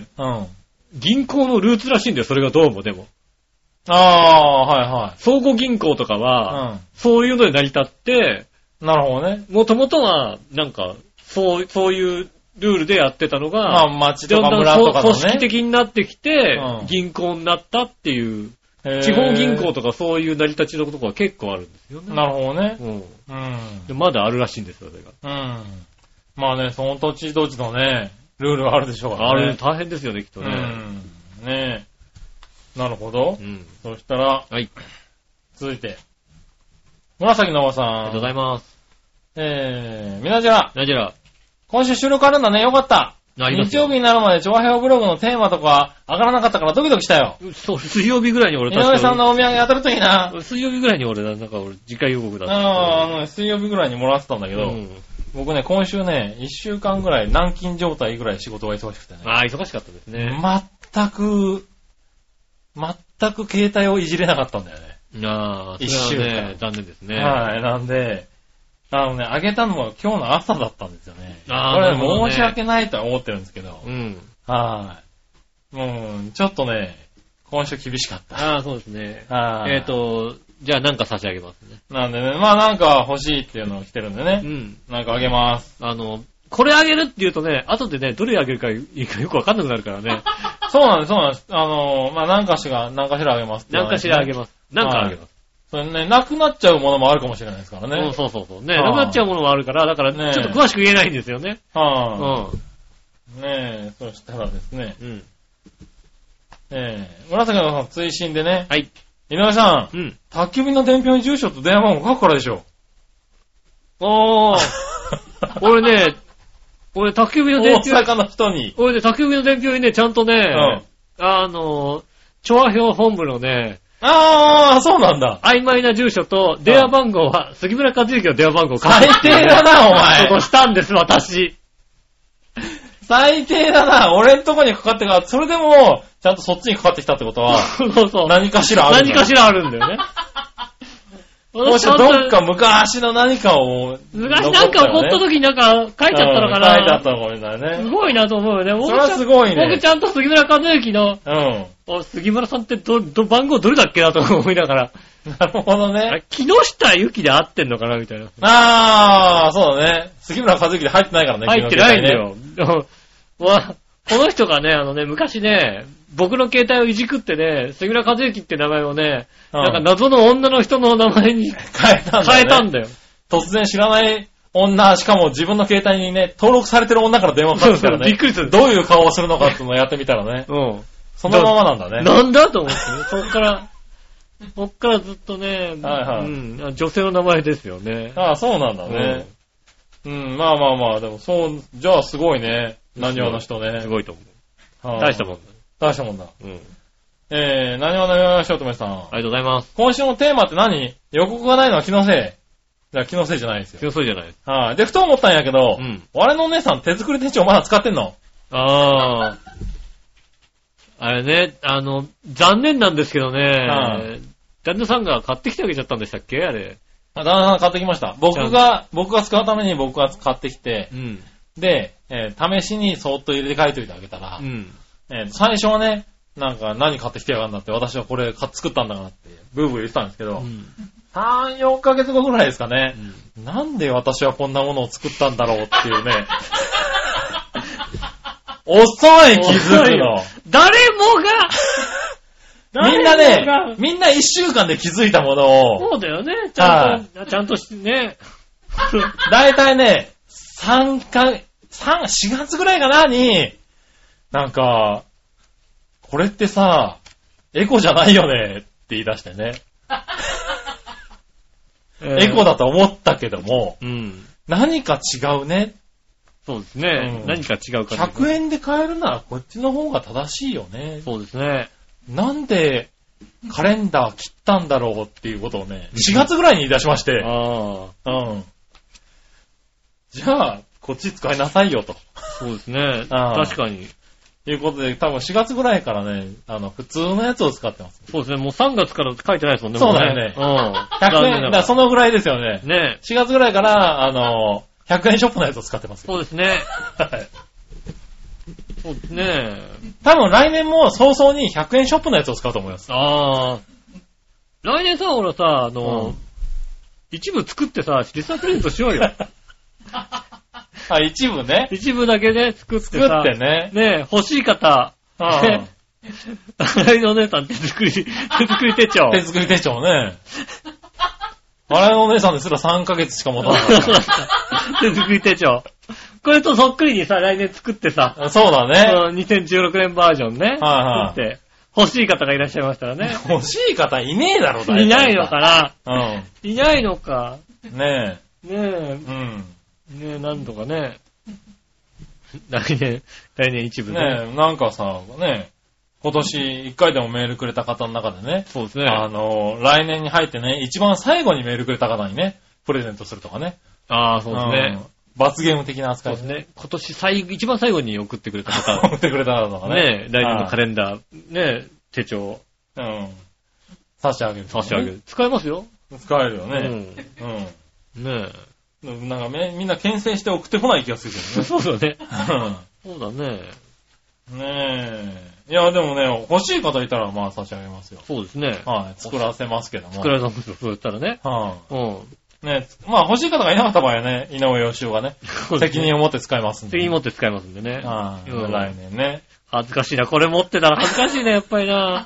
銀行のルーツらしいんだよ、それがどうもでも。相互銀行とかは、そういうので成り立って、 なるほどね。 もともとは、なんか、そういうルールでやってたのが、 町とか村とかのね。 組織的になってきて、銀行になったっていう、地方銀行とかそういう成り立ちのところが結構あるんですよね。 なるほどね。 でまだあるらしいんですよ、それが。まあね、その土地土地のね、ルールはあるでしょうからね。 あれ大変ですよね、きっとね。 ねえ。なるほど。そしたら、続いて。紫のおばさん。 ありがとうございます。 みなじら。今週収録あるんだね、よかった。日曜日になるまで長編ブログのテーマとか上がらなかったからドキドキしたよ。 そう、水曜日ぐらいに俺井上さんのお土産当たるといいな。 水曜日ぐらいに俺、次回予告だった。 水曜日ぐらいにもらってたんだけど、僕ね、今週ね、1週間ぐらい軟禁状態ぐらい仕事が忙しくてね。 忙しかったですね。 全く携帯をいじれなかったんだよね。 1週間。残念ですね。 なんで、あげたのは今日の朝だったんですよね。これ申し訳ないとは思ってるんですけど。ちょっとね、今週厳しかった。 そうですね。じゃあなんか差し上げますね。 なんでね、まあなんか欲しいっていうのが来てるんでね。なんかあげます。 これあげるって言うとね、後でね、どれあげるかいいかよくわかんなくなるからね。 そうなんです。まあ何かしらあげます。 何かしらあげます。なんかあげます。 それね、なくなっちゃうものもあるかもしれないですからね。 そう。ね、なくなっちゃうものもあるから、だから、ちょっと詳しく言えないんですよね。ねそしたらですね。紫のさん追伸でね。井上さん。宅急便の伝票に住所と電話番号書くからでしょ。 俺、宅急便の伝票。 大阪の人に。 俺ね、宅急便の伝票にね、ちゃんとね、調和表本部のね、 そうなんだ。 曖昧な住所と電話番号は、杉村和之の電話番号を書いて。最低だな、お前。 そうしたんです、私。 最低だな。俺んとこにかかってから、それでも、ちゃんとそっちにかかってきたってことは、何かしらあるんだよ。 何かしらあるんだよね。 もしどっか昔の何かを、 昔なんか起こった時になんか書いちゃったのかな。 書いちゃったのかもしれないね。 すごいなと思うよね。 それはすごいね。 僕ちゃんと杉村和之の、杉村さんって番号どれだっけなと思いながら。 なるほどね。 木下ゆきで合ってんのかなみたいな。 そうだね。杉村和之で入ってないからね。 入ってないんだよ。この人がね、昔ね、僕の携帯をいじくってね、杉村和之って名前をね、なんか謎の女の人の名前に変えたんだよ。 突然知らない女、しかも自分の携帯にね、登録されてる女から電話かかってきたらね。 びっくりする。 どういう顔をするのかっていうのをやってみたらね。そのままなんだね。 なんだと思ってね。そっからずっとね、女性の名前ですよね。 そうなんだね。まあ、でもじゃあすごいね。何話の人ね。 すごいと思う。大したもんだ。 大したもんだ。何話のよしおとめさん。 ありがとうございます。 今週のテーマって何？予告がないのは気のせい。 気のせいじゃないですよ。 気のせいじゃない。 はい。で、ふと思ったんやけど、我のお姉さん手作り手帳まだ使ってんの？ あれね、残念なんですけどね、旦那さんが買ってきてあげちゃったんでしたっけあれ。 旦那さん買ってきました。僕が使うために僕が買ってきて、で、試しにそーっと入れて書いといてあげたら、最初はね、なんか何買ってきてやがんだって、私はこれ作ったんだからってブーブー言ってたんですけど、3、4ヶ月後ぐらいですかね、なんで私はこんなものを作ったんだろうっていうね、遅い気づくの。 誰もがみんな1週間で気づいたものを。そうだよね。ちゃんとしてね。 だいたいね、4月ぐらいかなに、なんか、これってさ、エコじゃないよねって言い出してね。エコだと思ったけども、何か違うね。 そうですね。何か違うか。 100円で買えるならこっちの方が正しいよね。 そうですね。 なんでカレンダー切ったんだろうっていうことをね、4月ぐらいに言い出しまして。じゃあ、こっち使いなさいよと。 そうですね。確かに。 ということで、多分4月ぐらいからね、普通のやつを使ってます。 そうですね。もう3月から書いてないですもんね。 そうだよね。100円、だからそのぐらいですよね。 ね。 4月ぐらいから、100円ショップのやつを使ってます。 そうですね。はい。そうですね。 多分来年も早々に100円ショップのやつを使うと思います。 来年さ、ほらさ、一部作ってさ、リサプレゼントしようよ。 一部ね。 一部だけね、作ってね。 ね、欲しい方。笑いのお姉さん手作り手帳。 手作り手帳ね。笑いのお姉さんですら3ヶ月しか持たなかった。 手作り手帳。これとそっくりにさ、来年作ってさ。 そうだね。 2016年バージョンね。作って。欲しい方がいらっしゃいましたらね。 欲しい方いねえだろ、 いないのかな。いないのか。 ねえ。ねえ、なんとかね。来年一部ね。 ねえ、なんかさ、ね、今年1回でもメールくれた方の中でね。 そうですね。 来年に入ってね、一番最後にメールくれた方にね、プレゼントするとかね。 そうですね。 罰ゲーム的な扱いですね。今年一番最後に送ってくれた方。 送ってくれた方とかね。 ね、来年のカレンダー、ね、手帳。 差し上げる。 使えますよ。 使えるよね。 ねえ。なんかみんな牽制して送ってこない気がするけどね。 そうだね。そうだね。 ねえ。いや、でもね、欲しい方いたらまあ差し上げますよ。 そうですね。 作らせますけども。 作らせますよ、そう言ったらね。 ね、まあ欲しい方がいなかった場合はね、井上義雄がね、責任を持って使いますんで。 責任持って使いますんでね。 来年ね。 恥ずかしいな、これ持ってたら恥ずかしいな、やっぱりな。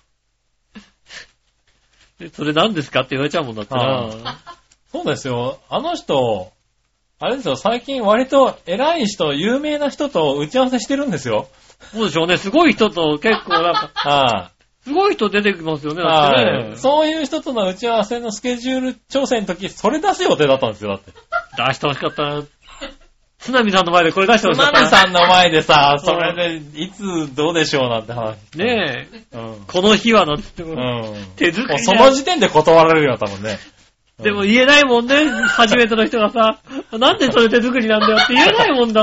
それ何ですかって言われちゃうもんだってな。 そうですよ。あの人、あれですよ、最近割と偉い人、有名な人と打ち合わせしてるんですよ。 そうでしょうね、すごい人と結構なんか、すごい人出てきますよね、だってね。 そういう人との打ち合わせのスケジュール調整の時、それ出す予定だったんですよ、だって。 出してほしかったな。津波さんの前でこれ出してほしかった。 津波さんの前でさ、それで、いつどうでしょうなんて話。 ねえ。この日はなんて言っても。 手作り。 その時点で断られるよ、多分ね。 でも言えないもんね、初めての人がさ。なんでそれ手作りなんだよって言えないもんだって。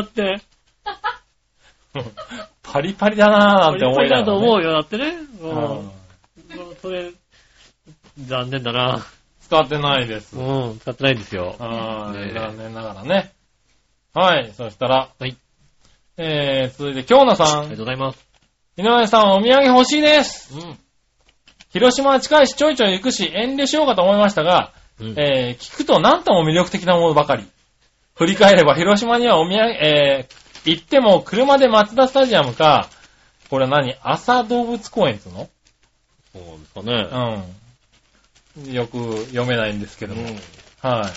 パリパリだなーなんて思いながら、ね。パリパリだと思うよ、だってね。それ、残念だな。 使ってないです。 使ってないですよ。 残念ながらね。はい、そしたら。続いて、京奈さん。 ありがとうございます。 井上さん、お土産欲しいです。広島は近いし、ちょいちょい行くし、遠慮しようかと思いましたが、聞くと何とも魅力的なものばかり。振り返れば、広島にはお土産、行っても車で松田スタジアムか、これは何？朝動物公園っていうの？ そうですかね。 よく読めないんですけども。はい。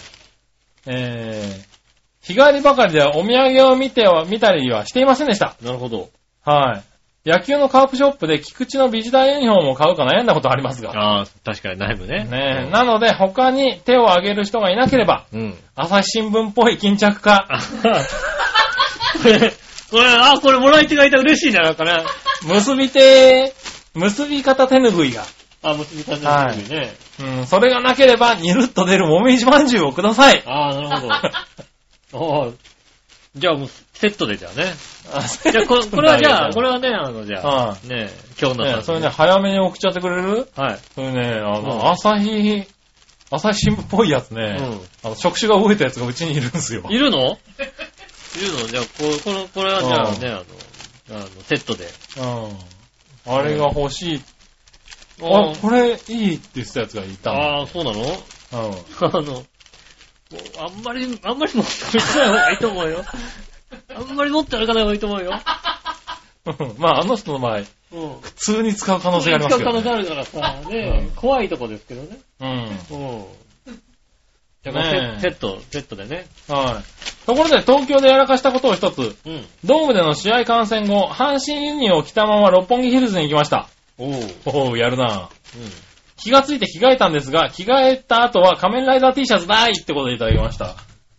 日帰りばかりではお土産を見たりはしていませんでした。 なるほど。 はい。野球のカープショップで菊池のビジターユニフォームを買うか悩んだことありますが。 確かに悩むね。 なので他に手を挙げる人がいなければ、朝日新聞っぽい巾着か。 これもらい手がいたら嬉しいな、なんかね。 結び方手ぬぐいが結び誕生日ね。 うん、それがなければ、ニルッと出るもみじまんじゅうをください。 ああ、なるほど。じゃあもう、セットでじゃあね。じゃあこれはじゃあ、これはね、じゃあ、ね、今日のね、それね、早めに送っちゃってくれる？ はい。 それね、朝日新聞っぽいやつね、触手が動いたやつがうちにいるんですよ。 いるの？じゃあ、これはじゃあね、セットで。 あれが欲しい。これいいって言ってたやつがいたの。 ああ、そうなの？あんまり持って歩かない方がいいと思うよ。あんまり持って歩かない方がいいと思うよ。 まあ、あの人の場合、普通に使う可能性がありますけどね。 使う可能性あるからさ、ね、怖いとこですけどね。じゃあ、セットでね。はい。 ところで、東京でやらかしたことを一つ。ドームでの試合観戦後、阪神ユニを着たまま六本木ヒルズに行きました。やるな。気がついて着替えたんですが、着替えた後は仮面ライダー T シャツないってことでいただきました。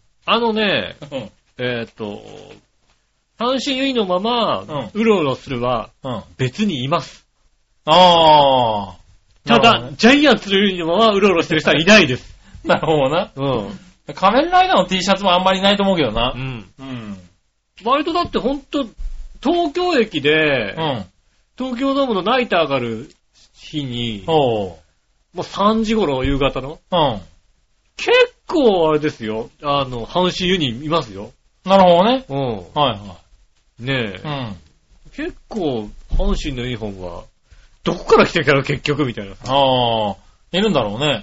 阪神ユニのまま、うろうろするは、別にいます。ただ、ジャイアンツのユニのままうろうろしてる人はいないです。 なるほどな。仮面ライダーの T シャツもあんまりないと思うけどな。 割とだってほんと、東京駅で、東京ドームのナイター上がる日に、もう3時頃夕方の、結構あれですよ、阪神ユニいますよ。 なるほどね。 はいはい。ねえ。結構、阪神のユニフォームは、どこから来てるから結局みたいな。 いるんだろうね。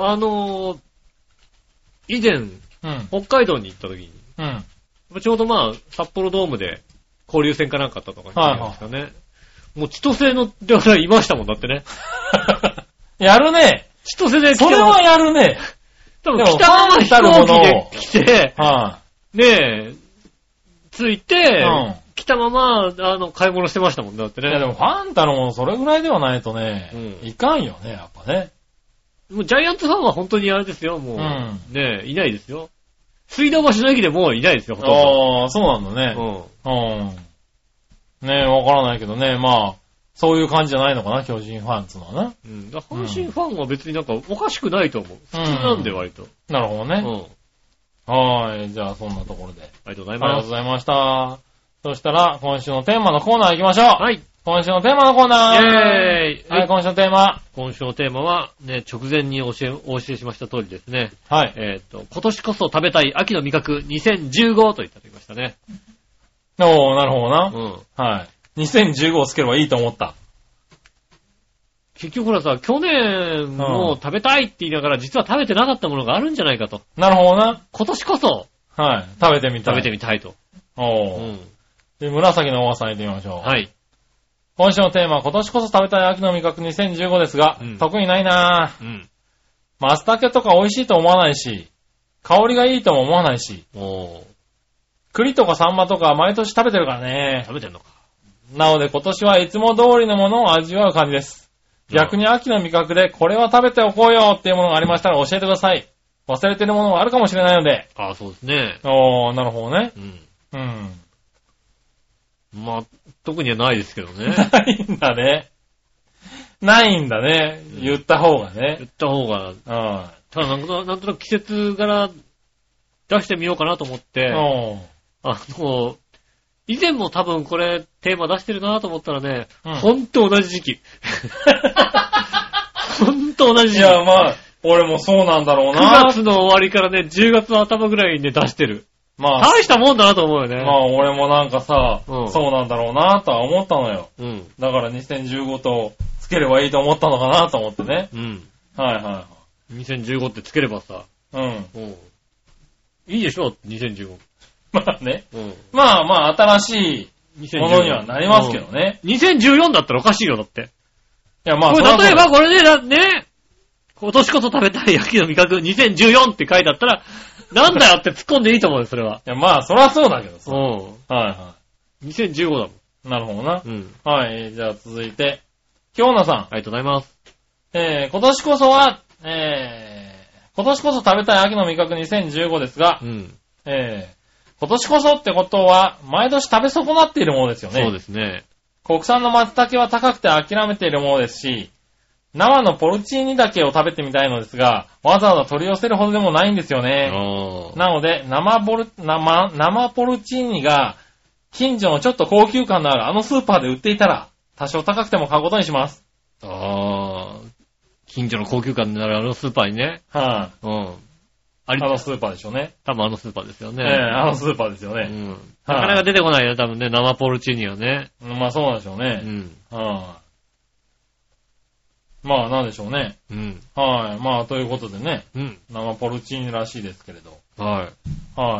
以前、北海道に行った時に、ちょうどまあ、札幌ドームで交流戦かなんかあったとか言ってますかね。もう千歳のではいましたもんだってね。 やるね。 千歳で来てそれはやるね。 多分北まま飛行機で来て、ねえ、着いて、来たまま、買い物してましたもんだってね。 いやでもファンタのものそれぐらいではないとね、いかんよね、やっぱね。 もうジャイアンツファンは本当にあれですよ、もう。ねえ、いないですよ。水道橋の駅でもういないですよ、ほとんど。 そうなんだね。ねえ、わからないけどね、まあ、そういう感じじゃないのかな、巨人ファンっていうのはな。 阪神ファンは別になんかおかしくないと思う。普通なんで割と。 なるほどね。じゃあそんなところで。 ありがとうございます。 ありがとうございました。そしたら、今週のテーマのコーナー行きましょう。 はい。 今週のテーマのコーナー。 はい、 今週のテーマ。 今週のテーマは、ね、直前にお教えしました通りですね。 はい。 今年こそ食べたい秋の味覚2015といただきましたね。 なるほどな。はい。2015をつければいいと思った。 結局ほらさ、去年も食べたいって言いながら、実は食べてなかったものがあるんじゃないかと。 なるほどな。 今年こそ。 はい。食べてみたいと。 で、紫のおばさん行ってみましょう。 はい。 今週のテーマは今年こそ食べたい秋の味覚2015ですが、特にないなぁ。松茸とか美味しいと思わないし、香りがいいとも思わないし、栗とかサンマとか毎年食べてるからね。 食べてんのか。 なので今年はいつも通りのものを味わう感じです。逆に秋の味覚でこれは食べておこうよっていうものがありましたら教えてください。忘れてるものがあるかもしれないので。 そうですね。 なるほどね。 まあ、特にはないですけどね。 ないんだね。ないんだね。言った方がね。 言った方が。ただなんとなく季節柄出してみようかなと思って、以前も多分これテーマ出してるなと思ったらね、ほんと同じ時期。ほんと同じ時期。 いや、まあ、俺もそうなんだろうな。 9月の終わりからね、10月の頭ぐらいにね、出してる。まあ、大したもんだなと思うよね。 まあ、俺もなんかさ、そうなんだろうなとは思ったのよ。だから2015とつければいいと思ったのかなと思ってね。 2015ってつければさ。いいでしょ、2015。 まあね。まあ、新しいものにはなりますけどね。 2014だったらおかしいよ、だって。 いや、まあ、 これ例えばこれね、今年こそ食べたい秋の味覚2014って書いてあったら、なんだよって突っ込んでいいと思うよ、それは。 いや、まあ、そりゃそうだけどさ。2015 だもん。 なるほどな。はい、じゃあ続いて、京奈さん。 ありがとうございます。 今年こそは、今年こそ食べたい秋の味覚2015ですが、今年こそってことは、毎年食べ損なっているものですよね。 そうですね。 国産の松茸は高くて諦めているものですし、 生のポルチーニだけを食べてみたいのですが、わざわざ取り寄せるほどでもないんですよね。なので、生ポルチーニが、近所のちょっと高級感のあるあのスーパーで売っていたら、多少高くても買うことにします。 近所の高級感のあるあのスーパーにね。 はい、あのスーパーでしょうね。 多分あのスーパーですよね。 あのスーパーですよね。 なかなか出てこないよ、多分ね、生ポルチーニはね。 まあそうなんでしょうね。まあなんでしょうね。はい。まあということでね。生ポルチーニらしいですけれど。はい。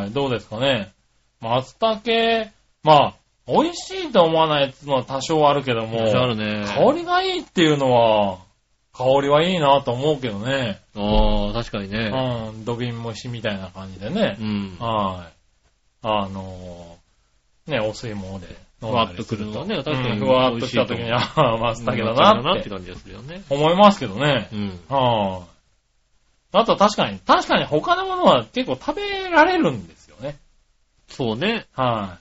どうですかね。松茸、まあ、美味しいと思わないのは多少あるけども。 あるね。 香りがいいっていうのは、香りはいいなと思うけどね。 確かにね。 土瓶蒸しみたいな感じでね。はい。ね、お吸い物で。 ふわっとくるとね、確かにふわっとした時に、松茸だなって感じですよね。思いますけどね。はい。あと確かに他のものは結構食べられるんですよね。 そうね。 はい。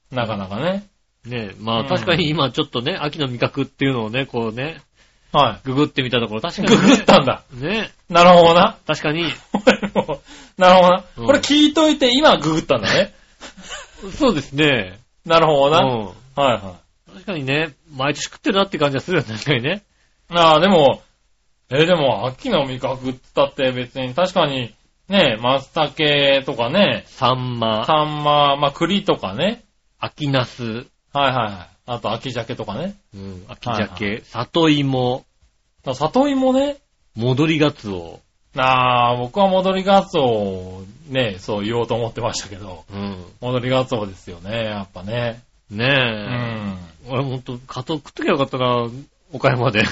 なかなかね。 ねまあ確かに今ちょっとね、秋の味覚っていうのをね、こうね、 はい。 ググってみたところ、確かに、ね。 ググったんだ。 ね。 なるほどな。 確かに。 なるほどな。これ聞いといて今ググったんだね。 そうですね。 なるほどな。はいはい。 確かにね、毎年食ってるなって感じがするよね、確かにね。 でも、秋の味覚って言ったって別に確かに、ね、松茸とかね。 サンマ、 まあ栗とかね。 秋ナス。 はい。あと秋鮭とかね。 秋鮭、里芋。 里芋ね。 戻りガツオ。 僕は戻りガツオね、そう言おうと思ってましたけど。戻りガツオですよね、やっぱね。 ねえ。俺ほんと、食っときゃよかったな、岡山で。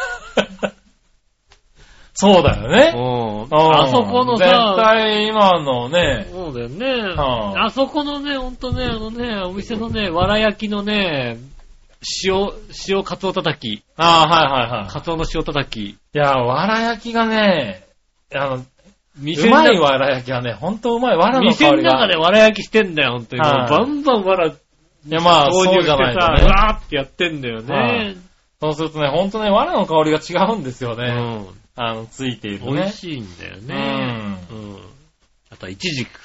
そうだよね。 あそこのさ、 絶対今のね。 そうだよね。あそこのね、ほんとね、お店のね、わら焼きのね、塩カツオ叩き。 はい。 カツオの塩叩き。 いや、わら焼きがね、うまいわら焼きはね、ほんとうまい。わらの香りが。 店の中でわら焼きしてんだよ、ほんとに。バンバンわら、 そうじゃないとね。 うわーってやってんだよね。 そうするとね、ほんとね、わらの香りが違うんですよね。ついているね。 美味しいんだよね。あとはイチジク。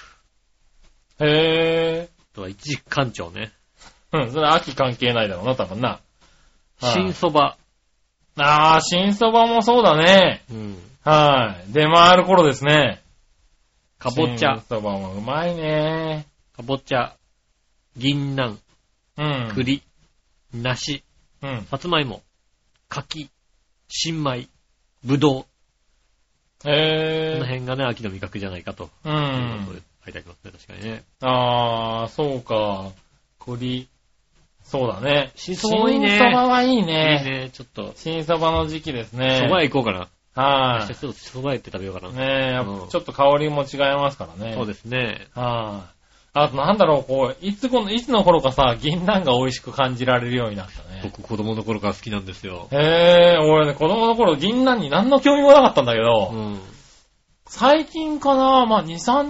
へー。 あとはイチジク館長ね。 それ秋関係ないだろうな、多分な。 新そば。 新そばもそうだね。はい。出回る頃ですね。 かぼちゃ。 新そばもうまいね。 かぼちゃ。銀杏。栗。梨。さつまいも。柿。新米。ぶどう。この辺がね、秋の味覚じゃないかと。書いてありますね、確かにね。 そうか。栗。そうだね。 新そばはいいね。 新そばはいいね。 いいね、ちょっと。 新そばの時期ですね。 そば屋行こうかな。 はい。 ちょっとそば屋って食べようかな。 ねちょっと香りも違いますからね。 そうですね。 あとなんだろう、いつの頃かさ、銀杏が美味しく感じられるようになったね。 僕子供の頃から好きなんですよ。 俺ね、子供の頃銀杏に何の興味もなかったんだけど、最近かな、ここ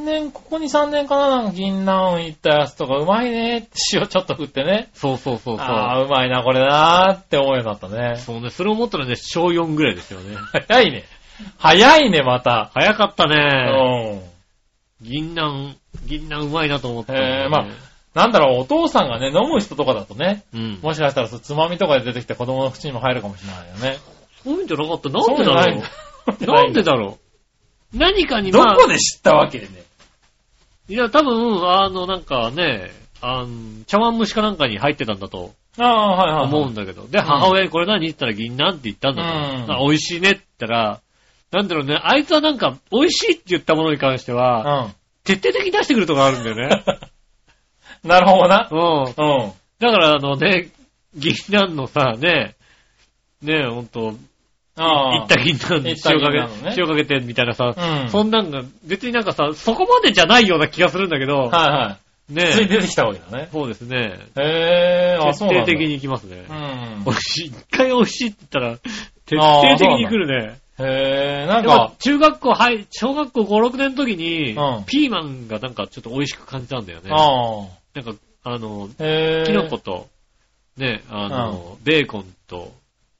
2、3年かな、なんか銀杏いったやつとかうまいねって塩ちょっと振ってね。 そう。うまいな、これなーって思うようになったね。 そうね、それを思ったらね、小4ぐらいですよね。 早いね、また。 早かったね。銀杏うまいなと思った、ね。 なんだろう、お父さんがね、飲む人とかだとね、もしかしたらつまみとかで出てきて子供の口にも入るかもしれないよね。 そういうんじゃなかった。なんでだろう。なんでだろう。何かにどこで知ったわけね。 いや、多分、なんかね、茶碗蒸しかなんかに入ってたんだと。思うんだけど。で、母親にこれ何って言ったら銀杏って言ったんだと。美味しいねって言ったら、なんだろうね、あいつはなんか、美味しいって言ったものに関しては、徹底的に出してくるとこがあるんだよね。 なるほどな。 だから銀杏のさ、ほんと、いった銀杏塩かけてみたいなさ、そんなんが、別になんかさ、そこまでじゃないような気がするんだけど、 普通に出てきたわけだね。 そうですね。 徹底的にいきますね。美味しい。一回美味しいって言ったら、徹底的に来るね。 なんか、 小学校5、6年の時に、ピーマンがなんかちょっと美味しく感じたんだよね。なんか、キノコと、ベーコンと、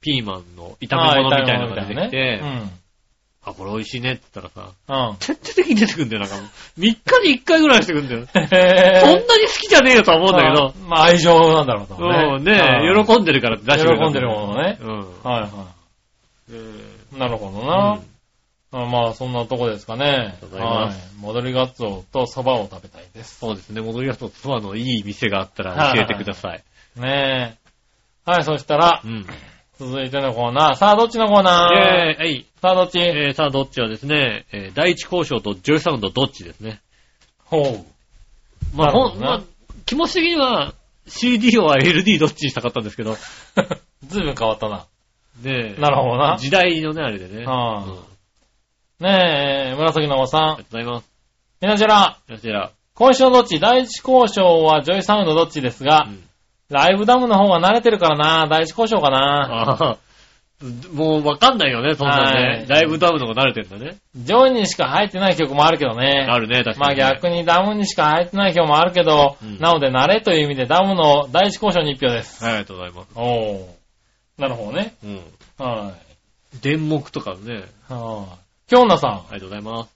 ピーマンの炒め物みたいなのが出てきて、あ、これ美味しいねって言ったらさ、徹底的に出てくんだよ、なんかもう。3日に1回ぐらいしてくんだよ。そんなに好きじゃねえよとは思うんだけど。 まあ愛情なんだろうとね。 ね喜んでるからって出してくれる。 喜んでるものね。はいはい。なるほどな。まあそんなとこですかね。はい。戻りガツオと蕎麦を食べたいです。 そうですね。戻りガツオと蕎麦のいい店があったら教えてください。 ねえ。はい、そしたら、続いてのコーナー。さあ、どっちのコーナーさあ、どっちさあ、どっちはですね、第一交渉とジョイサウンドどっちですね。 ほう。まあ、気持ち的には CD は LD どっちにしたかったんですけど。 ずいぶん変わったな。 ねえ。 なるほどな。 時代のね、あれでね。 ねえ、紫のおばさん。 ありがとうございます。 みなじら。交渉どっち第一交渉はジョイサウンドどっちですが、ライブダムの方が慣れてるからな。第一交渉かな。 もうわかんないよね、そんなね。ライブダムの方が慣れてるんだね。 上位にしか入ってない曲もあるけどね。 あるね、確かに。 まあ逆にダムにしか入ってない曲もあるけど、なので慣れという意味でダムの第一交渉に1票です。 はい、ありがとうございます。 おー。なるほどね。はい。 電目とかね。 京女さん。 ありがとうございます。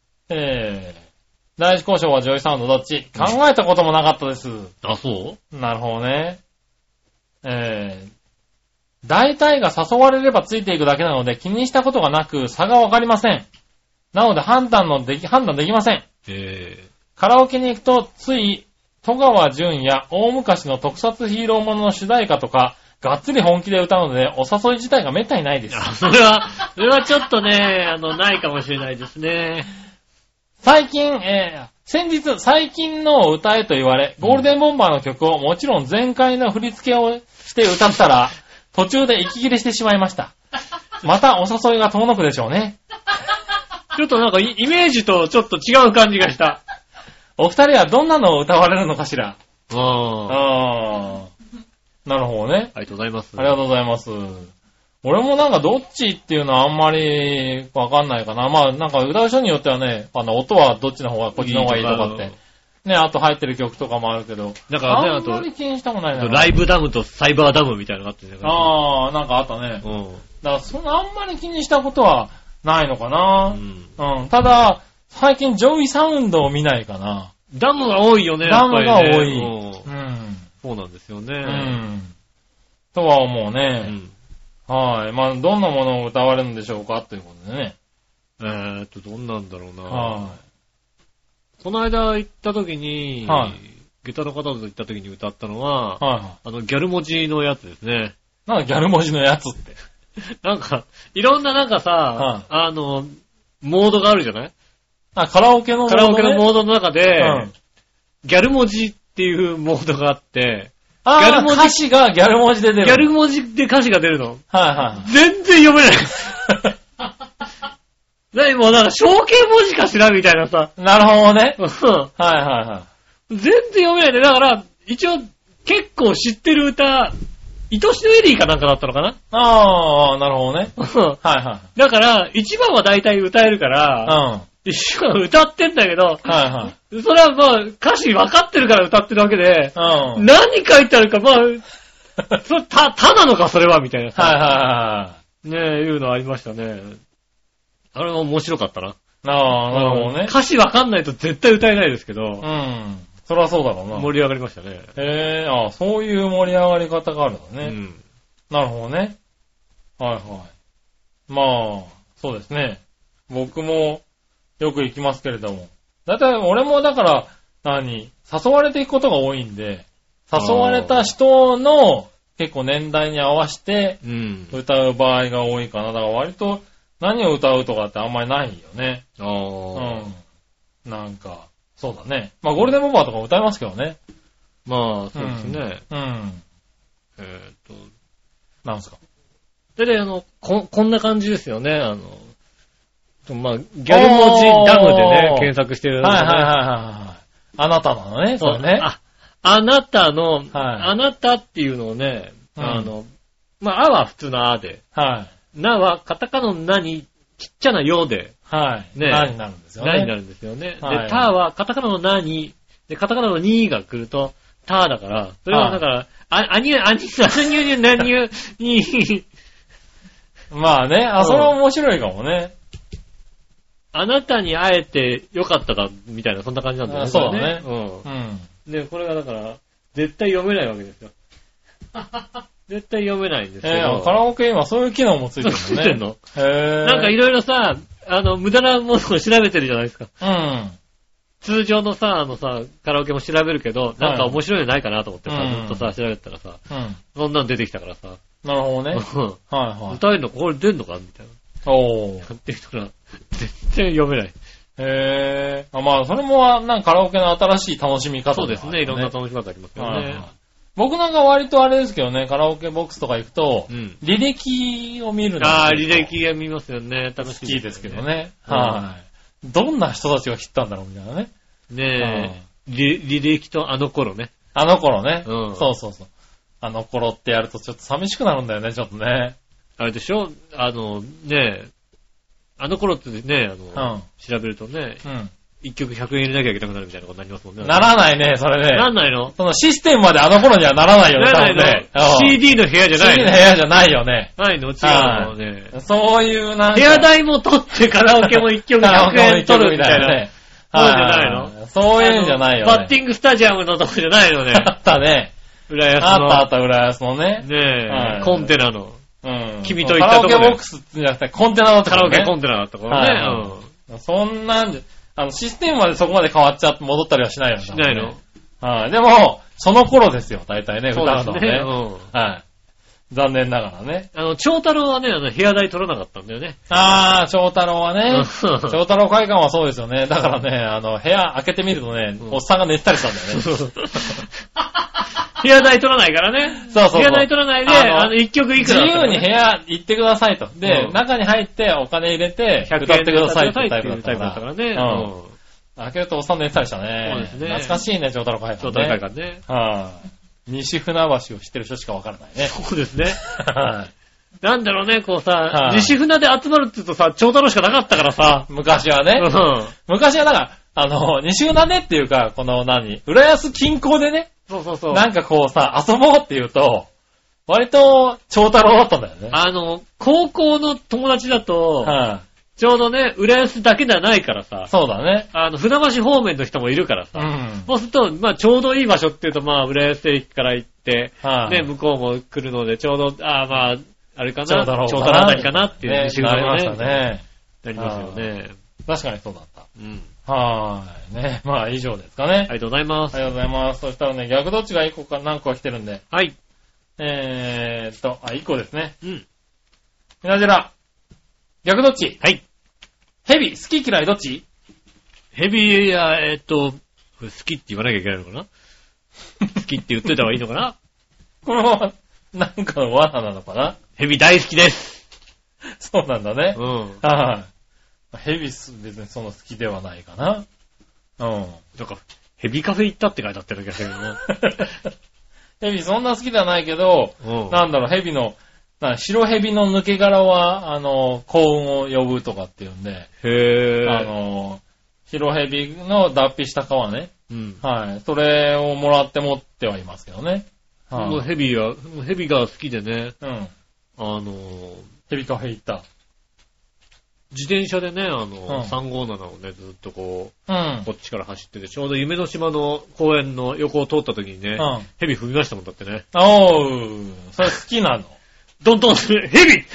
第一交渉はジョイサウンドどっち考えたこともなかったです。 あ、そうなるほどね。大体が誘われればついていくだけなので気にしたことがなく差がわかりません。なので判断できません。カラオケに行くとつい戸川純や大昔の特撮ヒーローものの主題歌とかがっつり本気で歌うのでお誘い自体がめったにないです。 それはちょっとね、ないかもしれないですね。 最近のを歌えと言われ、ゴールデンボンバーの曲をもちろん全開の振り付けをして歌ったら、途中で息切れしてしまいました。またお誘いが遠のくでしょうね。 ちょっとなんかイメージとちょっと違う感じがした。 お二人はどんなのを歌われるのかしら。なるほどね。 ありがとうございます。 ありがとうございます。俺もなんかどっちっていうのはあんまりわかんないかな。まあなんか歌う人によってはね、音はどっちの方がこっちの方がいいとかって。ね、あと入ってる曲とかもあるけど。 だからね、 あんまり気にしたもないな。 ライブダムとサイバーダムみたいなのがあってね。 なんかあったね。だからそんなあんまり気にしたことはないのかな。ただ、最近ジョイサウンドを見ないかな。 ダムが多いよね。 ダムが多い。 そうなんですよね。 とは思うね。はい。まあ、どんなものを歌われるんでしょうかということでね。 どんなんだろうな。この間行った時に、ゲタの方と行った時に歌ったのは、ギャル文字のやつですね。 なんかギャル文字のやつって。 なんか、いろんななんかさ、モードがあるじゃない？ カラオケのモード、ね。カラオケのモードの中で、ギャル文字っていうモードがあって、 歌詞がギャル文字で出る。 ギャル文字で歌詞が出るの。全然読めない。もうなんか象形文字かしらみたいなさ。 なるほどね。 全然読めないね。だから、一応結構知ってる歌、愛しのエリーかなんかだったのかな？ なるほどね。 だから、一番は大体歌えるから、一番歌ってんだけど、それはまあ歌詞分かってるから歌ってるわけで、何書いてあるか、まあ、たなのかそれはみたいなさ。ねえ、いうのありましたね。あれは面白かったな。 なるほどね。 歌詞分かんないと絶対歌えないですけど、 それはそうだろうな。 盛り上がりましたね。 そういう盛り上がり方があるんだね。なるほどね。まあ、そうですね。僕もよく行きますけれども。だいたい俺もだから、誘われていくことが多いんで、誘われた人の結構年代に合わせて歌う場合が多いかな。だから割と何を歌うとかってあんまりないよね。なんか、そうだね。まあゴールデンボンバーとか歌いますけどね。 まあ、そうですね。 なんすか。 でね、こんな感じですよね。まあ、ギャル文字ダムでね、検索してる、 あなたなのね、そうね。 あなたの、あなたっていうのをね、まあ、あは普通のあで、なはカタカナのなにちっちゃなよで、 ね、なになるんですよね。 なになるんですよね。で、たはカタカナのなに、で、カタカナのにが来ると、ただから、それはだから、にゅ、に、 まあね、それは面白いかもね。 あなたに会えてよかったか、みたいな、そんな感じなんだよね。 そうだね。 で、これがだから、絶対読めないわけですよ。絶対読めないんですけど。 カラオケ今そういう機能もついてるのね。ついてんの？なんかいろいろさ、無駄なものを調べてるじゃないですか。通常のさ、カラオケも調べるけど、なんか面白いのないかなと思ってさ、ずっとさ、調べたらさ、そんなの出てきたからさ。 なるほどね。 歌えるのこれ出んのかみたいな。やってきたら、全然読めない。 まあ、それも、なんかカラオケの新しい楽しみ方、 そうですね、いろんな楽しみ方ありますよね。 僕なんか割とあれですけどね、カラオケボックスとか行くと、履歴を見るのが履歴が見ますよね。楽しい。 好きですけどね。どんな人たちが知ったんだろうみたいなね。 ねえ、履歴とあの頃ね。 あの頃ね。そうそうそう。あの頃ってやるとちょっと寂しくなるんだよね、ちょっとね。 あれでしょねえ、あの頃ってね、調べるとね、1曲100円入れなきゃいけなくなるみたいなことになりますもんね。 ならないね、それね。 なんないの？ そのシステムまであの頃にはならないよね、多分ね。 CD の部屋じゃないの？ CD の部屋じゃないよね。 ないの？違うのね。 そういうなんか。 部屋代も取ってカラオケも1曲100円取るみたいな。ね。そうじゃないの？ そういうんじゃないよね。 バッティングスタジアムのとこじゃないのね。 あったね。 浦安の。 あった、浦安のね。 ねえ、コンテナの。君と行ったとこカラオケボックスじゃなくてコンテナだったカラオケコンテナだったからね。そんなんで、システムまでそこまで変わっちゃって戻ったりはしないよね。 しないの？ でも、その頃ですよ、大体ね、歌うのはね。はい。残念ながらね。 長太郎はね、部屋代取らなかったんだよね。 長太郎はね。長太郎会館はそうですよね。だからね、部屋開けてみるとね、おっさんが寝てたりしたんだよね。 部屋代取らないからね。 そうそう。 部屋代取らないで、一曲いくら自由に部屋行ってくださいと。で、中に入ってお金入れて、歌ってくださいってタイプだったからね。開けるとおっさん寝てたりしたね。そうですね。懐かしいね、長太郎会館ね。長太郎会館ね。西船橋を知ってる人しかわからないね。 そうですね。なんだろうね、こうさ、西船で集まるって言うとさ、長太郎しかなかったからさ。 昔はね。昔はだから、西船でっていうか、浦安近郊でね。 そうそうそう。 なんかこうさ、遊ぼうって言うと、割と長太郎だったんだよね。 高校の友達だと、ちょうどね、浦安だけではないからさ。 そうだね。 船橋方面の人もいるからさ。そうすると、まあちょうどいい場所っていうと、まあ浦安駅から行って、ね、向こうも来るので、ちょうど、まあ、あれかな、長太郎あたりかなっていう、 なりましたね。 なりますよね。 確かにそうだった。ね。まあ以上ですかね。 ありがとうございます。 ありがとうございます。そしたらね、逆どっちが1個か何個か来てるんで。 はい。 1個ですね。みなじら。逆どっち？ はい。 ヘビ、好き嫌いどっち？ ヘビや、好きって言わなきゃいけないのかな好きって言っといた方がいいのかなこれは、なんかの罠なのかな？ ヘビ大好きです。 そうなんだね。はい。ヘビ別にその好きではないかな。 なんか、ヘビカフェ行ったって書いてあった気がするよね。 ヘビそんな好きではないけど、なんだろう、ヘビの、白ヘビの抜け殻は、幸運を呼ぶとかっていうんで、白ヘビの脱皮した皮ね。はい。それをもらって持ってはいますけどね。 もうヘビが好きでね。 ヘビカフェ行った。 自転車でね、357をね、ずっとこっちから走ってて、ちょうど夢の島の公園の横を通った時にね、ヘビ踏みましたもんだってね。 それ好きなの？ どんどん、ヘビ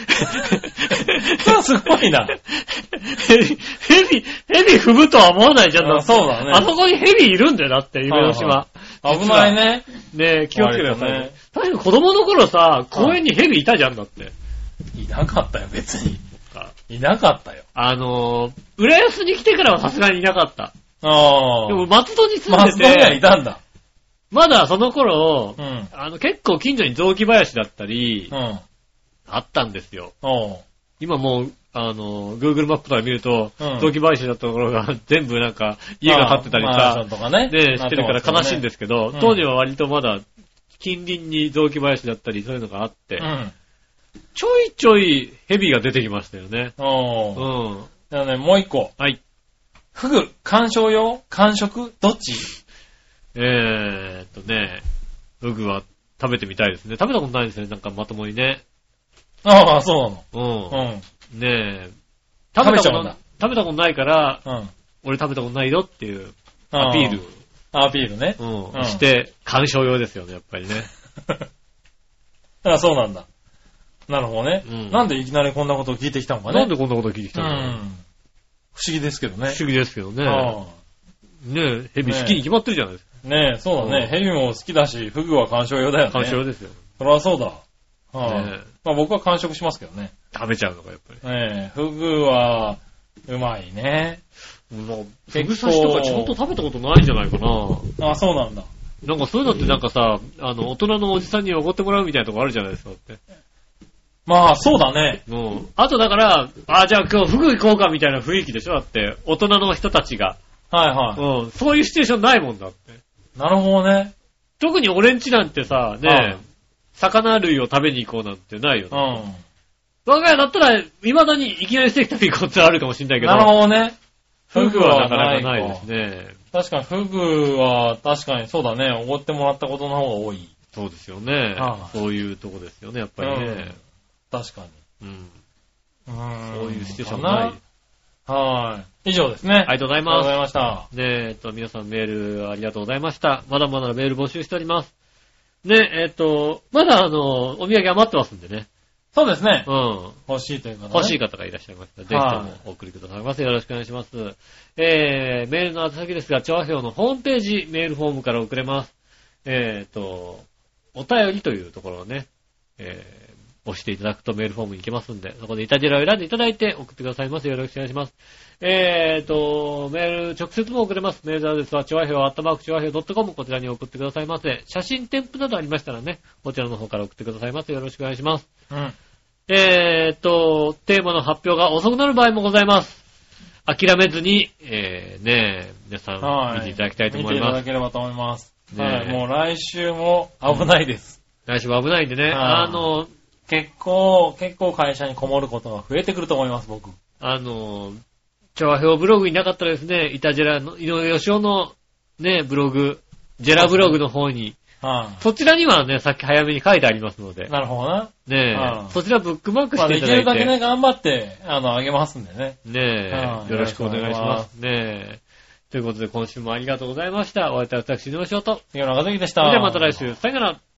すごいな。 ヘビ踏むとは思わないじゃん。 そうだね。 あそこにヘビいるんだよ、だって、夢の島。 危ないね。 ね気をつけてくださいね。確かに子供の頃さ、公園にヘビいたじゃんだって。 いなかったよ、別に。いなかったよ。 浦安に来てからはさすがにいなかった。でも松戸に住んでて。 松戸にはいたんだ。 まだその頃、結構近所に雑木林だったり、あったんですよ。今もう、Google マップとか見ると、雑木林だったところが全部なんか家が建ってたりさ、で、してるから悲しいんですけど、当時は割とまだ近隣に雑木林だったりそういうのがあって、ちょいちょいヘビが出てきましたよね。 じゃあね、もう一個。 はい。 フグ、観賞用？観食？どっち？ フグは食べてみたいですね。食べたことないですね、なんかまともにね。 ああ、そうなの。うん。 うん。 ねえ。 食べたことないから、俺食べたことないよっていうアピール。 アピールね。 して、鑑賞用ですよね、やっぱりね。 あ、そうなんだ。なるほどね。なんでいきなりこんなことを聞いてきたのかね。 なんでこんなことを聞いてきたのかな。 不思議ですけどね。 不思議ですけどね。ねえ、ヘビ好きに決まってるじゃないですか。 ねえ、そうだね。ヘビも好きだし、フグは鑑賞用だよね。 鑑賞用ですよ。 そりゃそうだ。まあ僕は完食しますけどね。 食べちゃうのか、やっぱり。 フグは、うまいね。 フグ刺しとかちゃんと食べたことないんじゃないかな。 あ、そうなんだ。 なんかそういうのってなんかさ、大人のおじさんにおごってもらうみたいなとこあるじゃないですかって。 まあ、そうだね。 あとだから、じゃあ今日フグ行こうかみたいな雰囲気でしょだって、大人の人たちが。 はいはい。 そういうシチュエーションないもんだって。 なるほどね。 特に俺んちなんてさ、ねえ、魚類を食べに行こうなんてないよね。我が家だったら、未だにいきなりステーキ食べに行こうってあるかもしれないけど。 なるほどね。 フグはなかなかないですね。 確かにフグは、確かにそうだね。おごってもらったことの方が多い。 そうですよね。そういうとこですよね、やっぱりね。 確かに。 そういうシチュエーションない。 はい。以上ですね。 ありがとうございます。 ありがとうございました。 ね皆さんメールありがとうございました。まだまだメール募集しております。ねまだお土産余ってますんでね。 そうですね。欲しいという方ね。 欲しい方がいらっしゃいましたら、ぜひともお送りくださいませ。よろしくお願いします。メールの宛先ですが、調和表のホームページ、メールフォームから送れます。お便りというところをね、押していただくとメールフォームに行けますんで、そこでイタジェラを選んでいただいて送ってくださいませ。よろしくお願いします。メール直接も送れます。メールアドレスは、ちょわひょう@CHOWAHIO.com、こちらに送ってくださいませ。写真添付などありましたらね、こちらの方から送ってくださいませ。よろしくお願いします。テーマの発表が遅くなる場合もございます。諦めずに、皆さん見ていただきたいと思います。見ていただければと思います。はい、もう来週も危ないです。 来週も危ないんでね、 結構会社にこもることが増えてくると思います、僕。 調和表ブログになかったらですね、イタジェラの、井上義雄のね、ブログ、ジェラブログの方に、そちらにはね、さっき早めに書いてありますので。 なるほどな。 ねそちらブックマークしていただいて。 できるだけね、頑張って、あげますんでね。 よろしくお願いします。ということで、今週もありがとうございました。お会いいたい私、井上翔と。 杉村和之でした。 それではまた来週、さよなら。